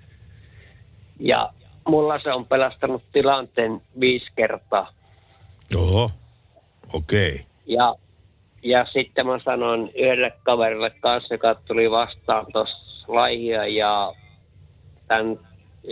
Ja mulla se on pelastanut tilanteen 5 kertaa. Oho, okei. Okay. Ja sitten mä sanoin yhdelle kaverille kanssa, joka tuli vastaan tuossa Laihia ja tämän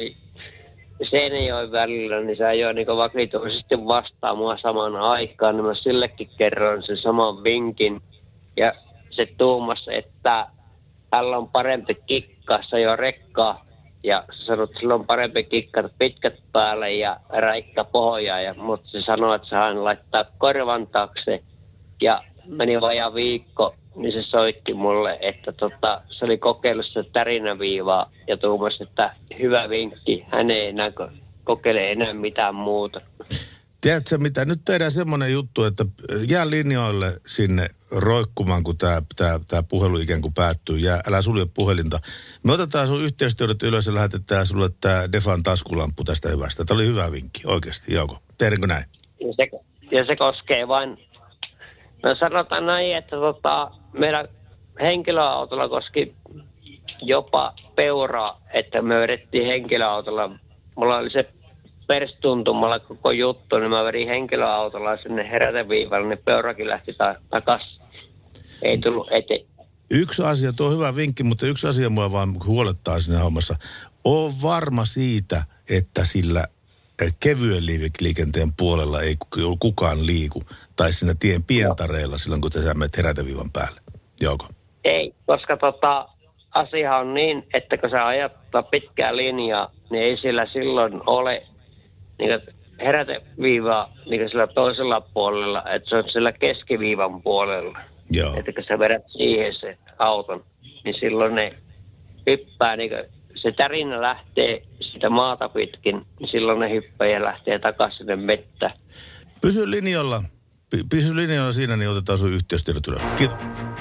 Seinäjoen välillä, niin se ajoi niin vakituisesti vastaan mua saman aikaan, niin mä sillekin kerroin sen saman vinkin. Ja se tuumasi, että hänellä on parempi kikka, se jo rekkaa. Ja se sanoi, että sillä on parempi kikka pitkät päälle ja räikkä pohjaa. Mutta se sanoi, että hän laittaa korvan taakse. Ja meni vajaa viikko, niin se soitti mulle, että se oli kokeillut sitä tärinäviivaa ja tuumasi, että hyvä vinkki, hän ei enää kokeile enää mitään muuta. Tiedätkö mitä, nyt tehdään semmoinen juttu, että jää linjoille sinne roikkumaan, kun tämä puhelu ikään kuin päättyy. Älä sulje puhelinta. Me otetaan sun yhteistyöt ylös ja lähetetään sulle tämä Defan taskulamppu tästä hyvästä. Tämä oli hyvä vinkki, oikeasti, Jouko. Tehdäänkö näin? Ja se koskee vain, no sanotaan näin, että meidän henkilöautolla koski jopa peuraa, että me vedettiin henkilöautolla. Mulla oli se perstuntumalla koko juttu, niin mä vedin henkilöautolla sinne heräteviivalle, niin peurakin lähti takaisin. Ei tullut eteen. Yksi asia, tuo on hyvä vinkki, mutta yksi asia mua vaan huolettaa siinä hommassa. Oon varma siitä, että sillä kevyen liikenteen puolella ei kukaan liiku, tai siinä tien pientareilla silloin, kun sä menet heräteviivan päälle. Jouko? Ei, koska asia on niin, että kun sä ajat pitkää linjaa, niin ei sillä silloin ole niin heräteviivaa niin sillä toisella puolella, että se on sillä keskiviivan puolella. Joo. Että kun sä vedät siihen se auton, niin silloin ne hyppää, niin se tärinä lähtee sitä maata pitkin, niin silloin ne hyppää ja lähtee takaisin sinne mettään. Pysy linjalla siinä, niin otetaan sun yhteystiedot ylös. Kiitos.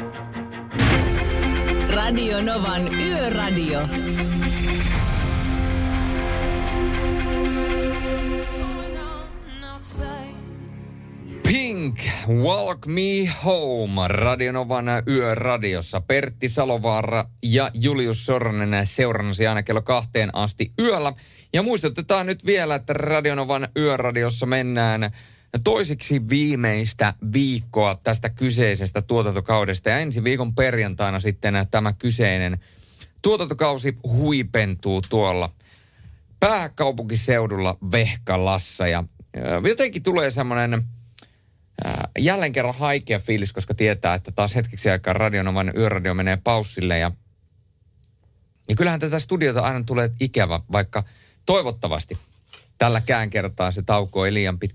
Radio Novan Yöradio. Pink, Walk Me Home, Radio Novan Yöradiossa. Pertti Salovaara ja Julius Sornen seurannasi aina kello 2 asti yöllä. Ja muistutetaan nyt vielä, että Radio Novan Yöradiossa mennään toisiksi viimeistä viikkoa tästä kyseisestä tuotantokaudesta. Ja ensi viikon perjantaina sitten tämä kyseinen tuotantokausi huipentuu tuolla pääkaupunkiseudulla Vehkalassa. Ja jotenkin tulee semmoinen jälleen kerran haikea fiilis, koska tietää, että taas hetkeksi aikaa Radio Novan Yöradio menee paussille. Ja kyllähän tätä studiota aina tulee ikävä, vaikka toivottavasti tälläkään kertaa se tauko ei liian pitkä ole.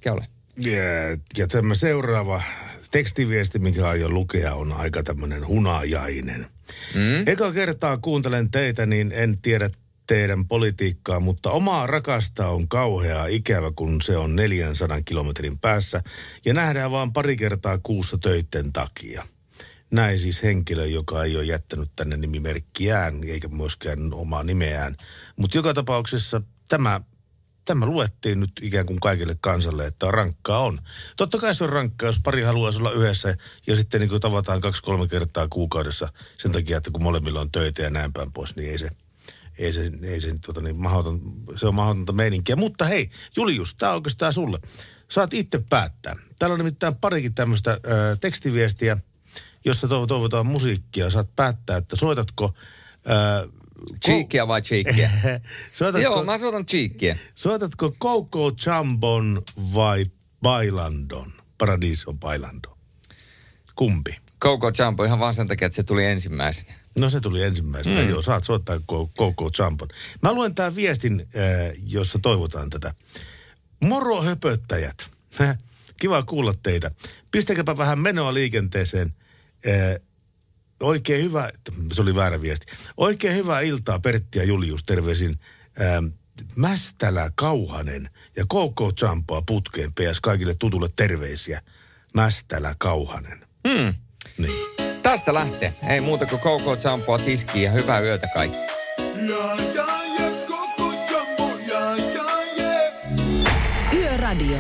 Ja tämä seuraava tekstiviesti, mikä aion lukea, on aika tämmöinen hunajainen. Eka kertaa kuuntelen teitä, niin en tiedä teidän politiikkaa, mutta omaa rakasta on kauheaa ikävä, kun se on 400 kilometrin päässä ja nähdään vaan pari kertaa kuussa töitten takia. Näin siis henkilö, joka ei ole jättänyt tänne nimimerkkiään eikä myöskään omaa nimeään. Mutta joka tapauksessa tämä luettiin nyt ikään kuin kaikille kansalle, että rankkaa on. Totta kai se on rankkaa, jos pari haluaisi olla yhdessä ja sitten niin kuin tavataan 2-3 kertaa kuukaudessa sen takia, että kun molemmilla on töitä ja näin päin pois, niin ei se se on mahdotonta meininkiä. Mutta hei, Julius, tämä on oikeastaan sulle. Saat itse päättää. Täällä on nimittäin parikin tämmöistä tekstiviestiä, jossa toivotaan musiikkia. Saat päättää, että soitatko... Cheekia vai cheekia? Joo, mä soitan cheekia. Soitatko Coco Jambon vai Bailandon? Paradiso Bailando. Kumpi? Coco Jumbo ihan vaan sen takia, että se tuli ensimmäisenä. No se tuli ensimmäisenä, joo. Saat soittaa Coco Jambon. Mä luen tää viestin, jossa toivotaan tätä. Moro höpöttäjät. Kiva kuulla teitä. Pistäkääpä vähän menoa liikenteeseen. Oikein hyvä, se oli väärä viesti. Oikein hyvää iltaa Pertti ja Julius, terveisin Mästälä Kauhanen ja Coco Jamboa putkeen PS kaikille tutulle terveisiä. Mästälä Kauhanen. Niin. Tästä lähtee. Ei muuta kuin Coco Jamboa tiskiin ja hyvää yötä kaikki. Yöradio.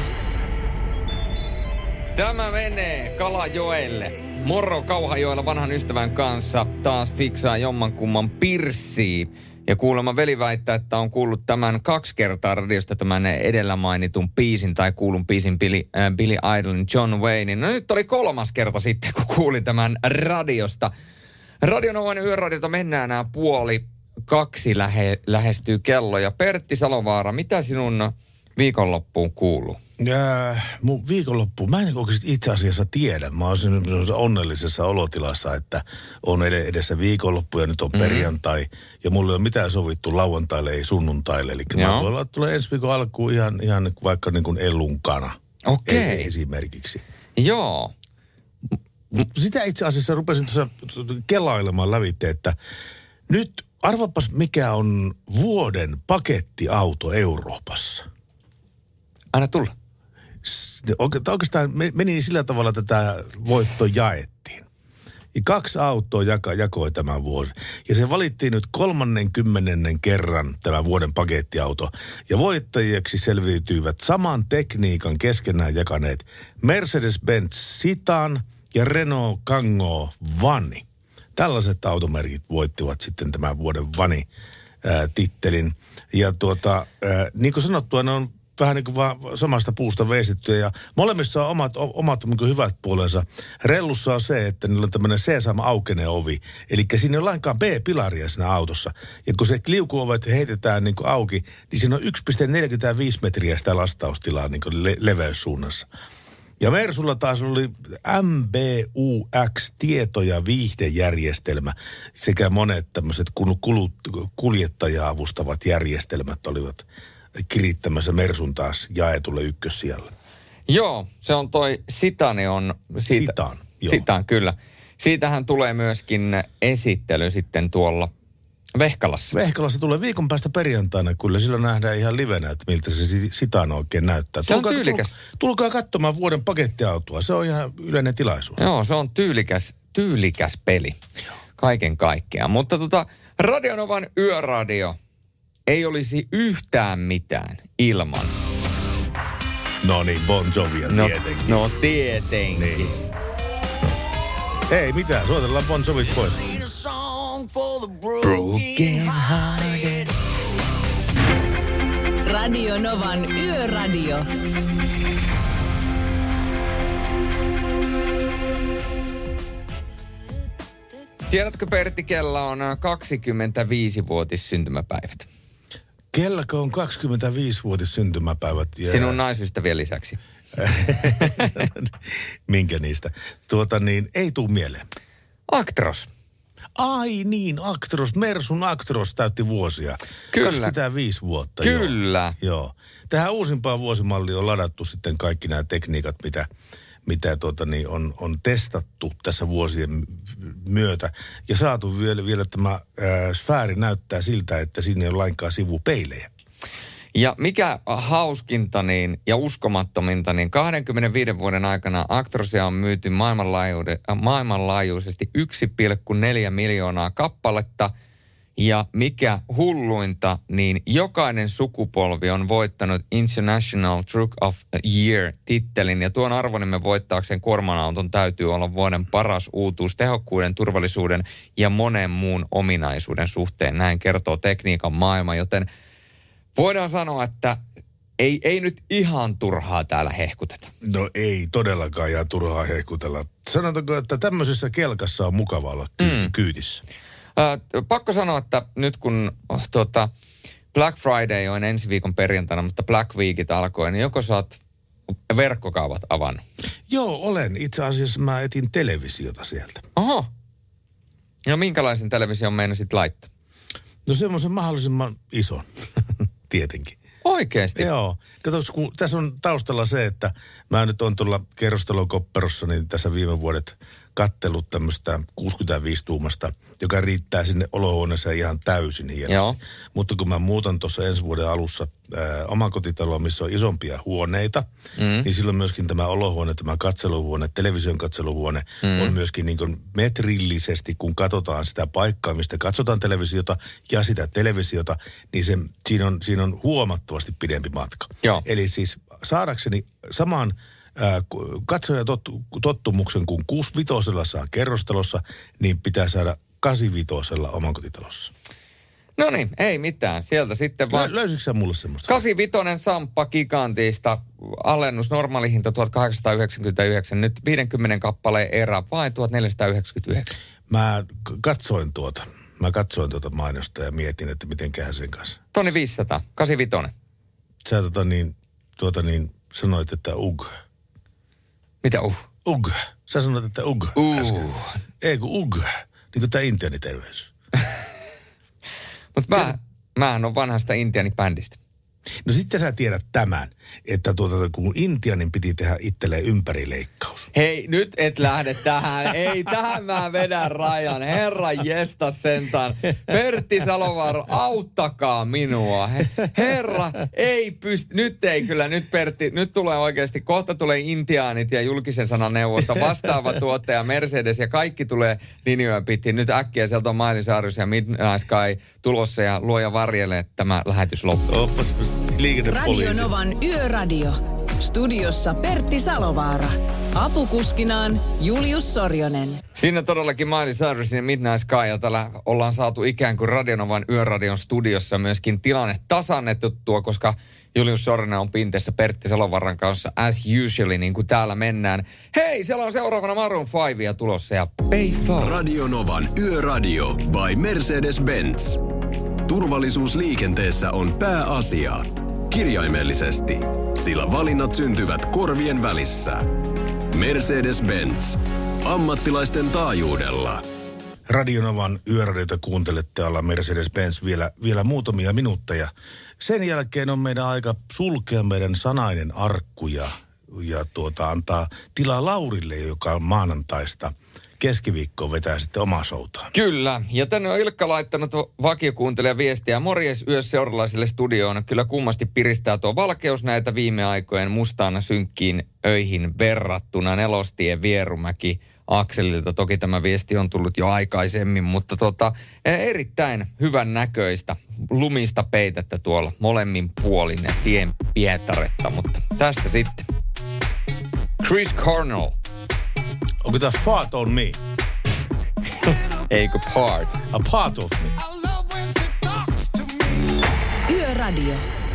Tämä menee Kalajoelle. Moro Kauhajoella vanhan ystävän kanssa. Taas fiksaa jommankumman pirssiä. Ja kuulemma veli väittää, että on kuullut tämän 2 kertaa radiosta tämän edellä mainitun biisin tai kuulun biisin Billy Idolin John Waynein. No nyt oli 3. kerta sitten, kun kuulin tämän radiosta. Radionovan yöradiota mennään nämä 1:30 lähestyy kello. Ja Pertti Salovaara, mitä sinun viikonloppuun kuuluu? Mun viikonloppuun, mä en oikeasti itse asiassa tiedä. Mä oon sellaisessa onnellisessa olotilassa, että on edessä viikonloppu ja nyt on perjantai. Ja mulla ei ole mitään sovittu lauantaille, ei sunnuntaille. Eli mä voin olla, että tulee ensi viikon alkuun ihan vaikka niin kuin elunkana. Okei. Esimerkiksi. Joo. Sitä itse asiassa rupesin tuossa kelailemaan lävitse, että nyt arvapas mikä on vuoden pakettiauto Euroopassa. Anna tulla. Oikeastaan meni sillä tavalla, että tämä voitto jaettiin. Ja 2 autoa jakoi tämän vuosi. Ja se valittiin nyt 30. kerran tämä vuoden pakettiauto. Ja voittajiksi selviytyivät saman tekniikan keskenään jakaneet Mercedes-Benz Citan ja Renault Kangoo Vanni. Tällaiset automerkit voittivat sitten tämän vuoden Vanni-tittelin. Ja niin kuin sanottua, ne on vähän niin kuin vaan samasta puusta veistettyä ja molemmissa on omat niin kuin hyvät puolensa. Rellussa on se, että niillä on tämmöinen sesama aukenee ovi. Eli siinä ei ole lainkaan B-pilaria siinä autossa. Ja kun se liukuovet heitetään niin kuin auki, niin siinä on 1,45 metriä sitä lastaustilaa niin kuin leveyssuunnassa. Ja Mersulla taas oli MBUX tieto- ja viihdejärjestelmä sekä monet tämmöiset kuljettajaa avustavat järjestelmät olivat kirittämässä Mersun taas jaetulle ykkössijalle. Joo, se on toi Citani on... Citan, joo. Citan, kyllä. Siitähän tulee myöskin esittely sitten tuolla Vehkalassa. Vehkalassa tulee viikon päästä perjantaina, kyllä. Silloin nähdään ihan livenä, että miltä se Citan oikein näyttää. Se on tyylikäs. Tulkaa katsomaan vuoden pakettiautoa. Se on ihan yleinen tilaisuus. Joo, se on tyylikäs peli. Joo. Kaiken kaikkiaan. Mutta Radionovan yöradio ei olisi yhtään mitään ilman. No niin, Bon Jovia tietenkin. No tietenkin. Niin. Ei mitään, soitellaan Bon Jovit pois. Broken hearted. Radionovan yöradio. Tiedätkö Pertti, kella on 25-vuotis syntymäpäivät? Kelläkö on 25-vuotis syntymäpäivät? Sinun naisystävien lisäksi. Minkä niistä? Ei tuu mieleen. Actros. Ai niin, Actros, Mersun Actros täytti vuosia. Kyllä. 25 vuotta. Kyllä. Joo. Tähän uusimpaan vuosimalliin on ladattu sitten kaikki nämä tekniikat, mitä on testattu tässä vuosien myötä. Ja saatu vielä tämä sfääri näyttää siltä, että siinä ei ole lainkaan sivupeilejä. Ja mikä hauskinta ja uskomattominta, 25 vuoden aikana Actrosia on myyty maailmanlaajuisesti 1,4 miljoonaa kappaletta. Ja mikä hulluinta, niin jokainen sukupolvi on voittanut International Truck of Year-tittelin. Ja tuon arvonimen voittaakseen kuorma-auton täytyy olla vuoden paras uutuus tehokkuuden, turvallisuuden ja monen muun ominaisuuden suhteen. Näin kertoo tekniikan maailma, joten voidaan sanoa, että ei nyt ihan turhaa täällä hehkuteta. No ei todellakaan ihan turhaa hehkutella. Sanotaanko, että tämmöisessä kelkassa on mukava olla kyytissä? Pakko sanoa, että nyt kun Black Friday on ensi viikon perjantaina, mutta Black Weekit alkoi, niin joko sä oot verkkokaupat avannut? Joo, olen. Itse asiassa mä etin televisiota sieltä. Oho. No minkälaisen television meinasit laittaa? No semmoisen mahdollisimman ison, tietenkin. Oikeesti? Joo. Katsotaan, kun tässä on taustalla se, että mä nyt on tuolla kerrostalokopperossa, niin tässä viime vuodet kattellut tämmöistä 65-tuumasta, joka riittää sinne olohuoneeseen ihan täysin hienosti. Joo. Mutta kun mä muutan tuossa ensi vuoden alussa omakotitaloa, missä on isompia huoneita, niin silloin myöskin tämä olohuone, tämä katseluhuone, television katseluhuone on myöskin niin kuin metrillisesti, kun katsotaan sitä paikkaa, mistä katsotaan televisiota ja sitä televisiota, niin siinä on huomattavasti pidempi matka. Joo. Eli siis saadakseni saman katsojatottumuksen kuin 65 saa kerrostalossa, niin pitää saada 85 omakotitalossa. No niin, ei mitään. Sieltä sitten vaan... Löysitkö sä mulle semmoista? 85 Samppa Gigantista, alennus normaalihinta 1899, nyt 50 kappaleen erä, vain 1499. Mä katsoin tuota mainosta ja mietin, että mitenköhän sen kanssa. 1500, 85. Sä sanoit, että Mitä Sä sanoit, että äsken. Ei kun niin kuin tää intiaaniterveys. Mutta mähän on vanhasta intiaanibändistä. No sitten sä tiedät tämän, että kun Intianin piti tehdä itselleen ympärileikkaus. Hei, nyt et lähde tähän. Ei, tähän mä vedän rajan. Herra jestas sentään. Pertti Salovaara, auttakaa minua. Herra, ei pysty. Nyt ei kyllä, nyt Pertti, nyt tulee oikeasti, kohta tulee Intiaanit ja julkisen sanan neuvosto, vastaava tuottaja Mercedes ja kaikki tulee linjoja pitkin. Nyt äkkiä sieltä on Miley Cyrus ja Midnight Sky tulossa ja luoja varjelle, että tämä lähetys loppuu. Radio Novan Yöradio. Studiossa Pertti Salovaara. Apukuskinaan Julius Sorjonen. Siinä todellakin Miley Cyrus ja Midnight Sky, ja täällä ollaan saatu ikään kuin Radio Novan Yöradion studiossa myöskin tilanne tasannettua, koska Julius Sorjonen on pinteessä Pertti Salovaaran kanssa as usually, niin kuin täällä mennään. Hei, siellä on seuraavana Maroon 5 tulossa ja Payphone. Radio Novan Yöradio by Mercedes-Benz. Turvallisuus liikenteessä on pääasia. Kirjaimellisesti, sillä valinnat syntyvät korvien välissä. Mercedes-Benz. Ammattilaisten taajuudella. Radionovan Yöradiota kuuntelette alla Mercedes-Benz vielä muutamia minuutteja. Sen jälkeen on meidän aika sulkea meidän sanainen arkku ja antaa tilaa Laurille, joka on maanantaista keskiviikkoon vetää sitten omaa showtaan. Kyllä, ja tänne on Ilkka laittanut vakiokuuntelija viestiä. Morjes yössä seuralaisille studioon. Kyllä kummasti piristää tuo valkeus näitä viime aikojen mustaan synkkiin öihin verrattuna. Nelostie Vierumäki Akselilta. Toki tämä viesti on tullut jo aikaisemmin, mutta erittäin hyvän näköistä lumista peitettä tuolla molemmin puolin ja tien Pietaretta. Mutta tästä sitten Chris Cornell. Onko tämä Fart on Me? Eikö Part? A Part of Me. Yöradio.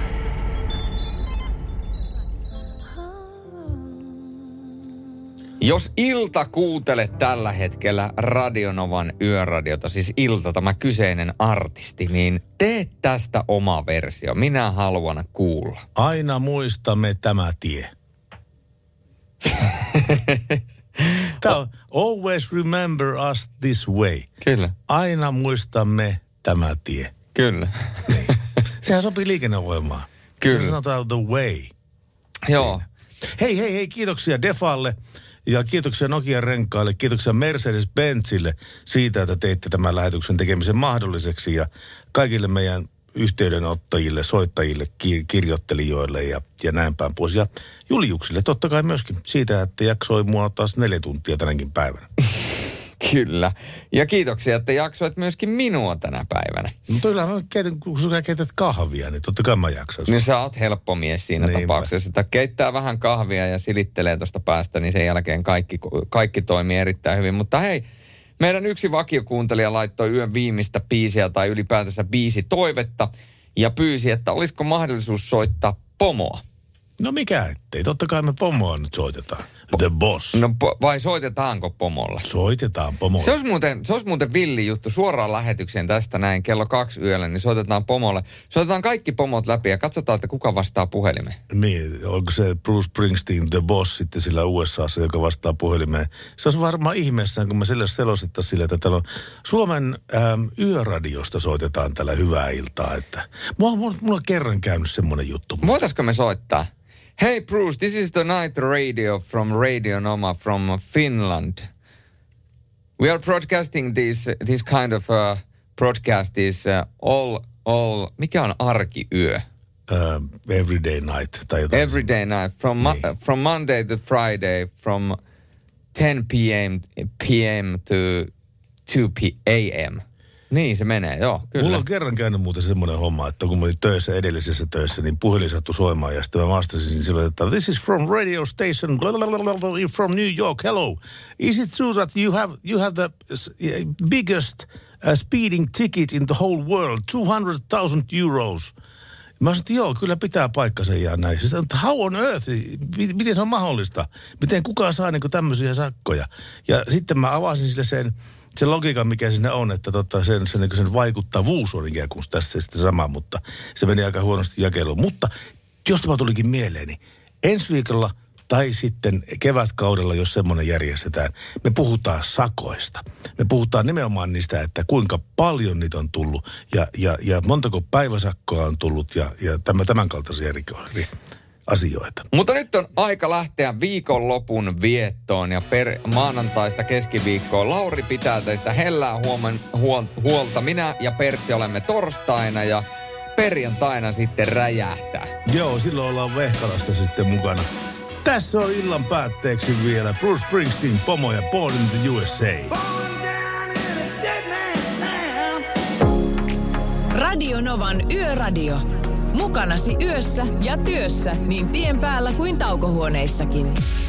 Jos Ilta kuuntelet tällä hetkellä Radio Novan Yöradiota, siis Ilta, tämä kyseinen artisti, niin tee tästä oma versio. Minä haluan kuulla. Aina muistamme tämä tie. Tämä on always remember us this way. Kyllä. Aina muistamme tämä tie. Kyllä. Niin. Sehän sopii liikenneohjelmaan. Kyllä. Se sanotaan the way. Joo. Hei, kiitoksia Defalle ja kiitoksia Nokian renkaille, kiitoksia Mercedes-Benzille siitä, että teitte tämän lähetyksen tekemisen mahdolliseksi ja kaikille meidän yhteydenottajille, soittajille, kirjoittelijoille ja näin päin pois. Ja Juliuksille totta kai myöskin siitä, että jaksoi mua taas 4 tuntia tänäkin päivänä. Kyllä. Ja kiitoksia, että jaksoit myöskin minua tänä päivänä. Mutta kyllä kun sä keität kahvia, niin totta kai mä jaksaisin. Niin sä oot helppo mies siinä tapauksessa. Että keittää vähän kahvia ja silittelee tuosta päästä, niin sen jälkeen kaikki toimii erittäin hyvin. Mutta hei, meidän yksi vakiokuuntelija laittoi yön viimeistä biisiä tai ylipäätänsä biisitoivetta ja pyysi, että olisiko mahdollisuus soittaa pomoa. No mikä ettei, totta kai me pomoa nyt soitetaan. The Boss. No vai soitetaanko pomolla? Soitetaan pomolla. Se olisi muuten villi juttu suoraan lähetykseen tästä näin kello 2 yöllä, niin soitetaan pomolle. Soitetaan kaikki pomot läpi ja katsotaan, että kuka vastaa puhelimeen. Niin, onko se Bruce Springsteen The Boss sitten sillä USAssa, joka vastaa puhelimeen. Se olisi varmaan ihmeessään, kun me sille selosittaisiin sille, että täällä on Suomen yöradiosta soitetaan tällä hyvää iltaa. Että mulla on kerran käynyt semmoinen juttu. Voitaisko me soittaa? Hey Bruce, this is the night radio from Radio Noma from Finland. We are broadcasting this kind of broadcast is all mikä on arkiyö? Everyday night tai jotain. Everyday night from Monday to Friday from 10 p.m. to 2 a.m. Niin se menee, joo, kyllä. Mulla on kerran käynyt muuten semmoinen homma, että kun mä olin edellisessä töissä, niin puhelin sattui soimaan ja sitten mä vastasin silloin, että this is from radio station from New York, hello. Is it true that you have the biggest speeding ticket in the whole world, 200,000 euros? Mä sanoin, että joo, kyllä pitää paikkansa ja näin. Siis, how on earth? Miten se on mahdollista? Miten kukaan saa niin kuin tämmöisiä sakkoja? Ja sitten mä avasin sille sen logiikan, mikä siinä on, että sen vaikuttavuus on ikään kuin tässä sitten sama, mutta se meni aika huonosti jakeluun. Mutta jos tämä tulikin mieleeni, ensi viikolla tai sitten kevätkaudella, jos semmoinen järjestetään, me puhutaan sakoista. Me puhutaan nimenomaan niistä, että kuinka paljon niitä on tullut ja montako päiväsakkoa on tullut ja tämän kaltaisia asioita. Mutta nyt on aika lähteä viikonlopun viettoon ja maanantaista keskiviikkoon. Lauri pitää teistä hellää huolta. Minä ja Pertti olemme torstaina ja perjantaina sitten räjähtää. Joo, silloin ollaan Vehkalassa sitten mukana. Tässä on illan päätteeksi vielä Bruce Springsteen, Pomo ja Born in the USA. Radio Novan Yöradio. Mukanasi yössä ja työssä niin tien päällä kuin taukohuoneissakin.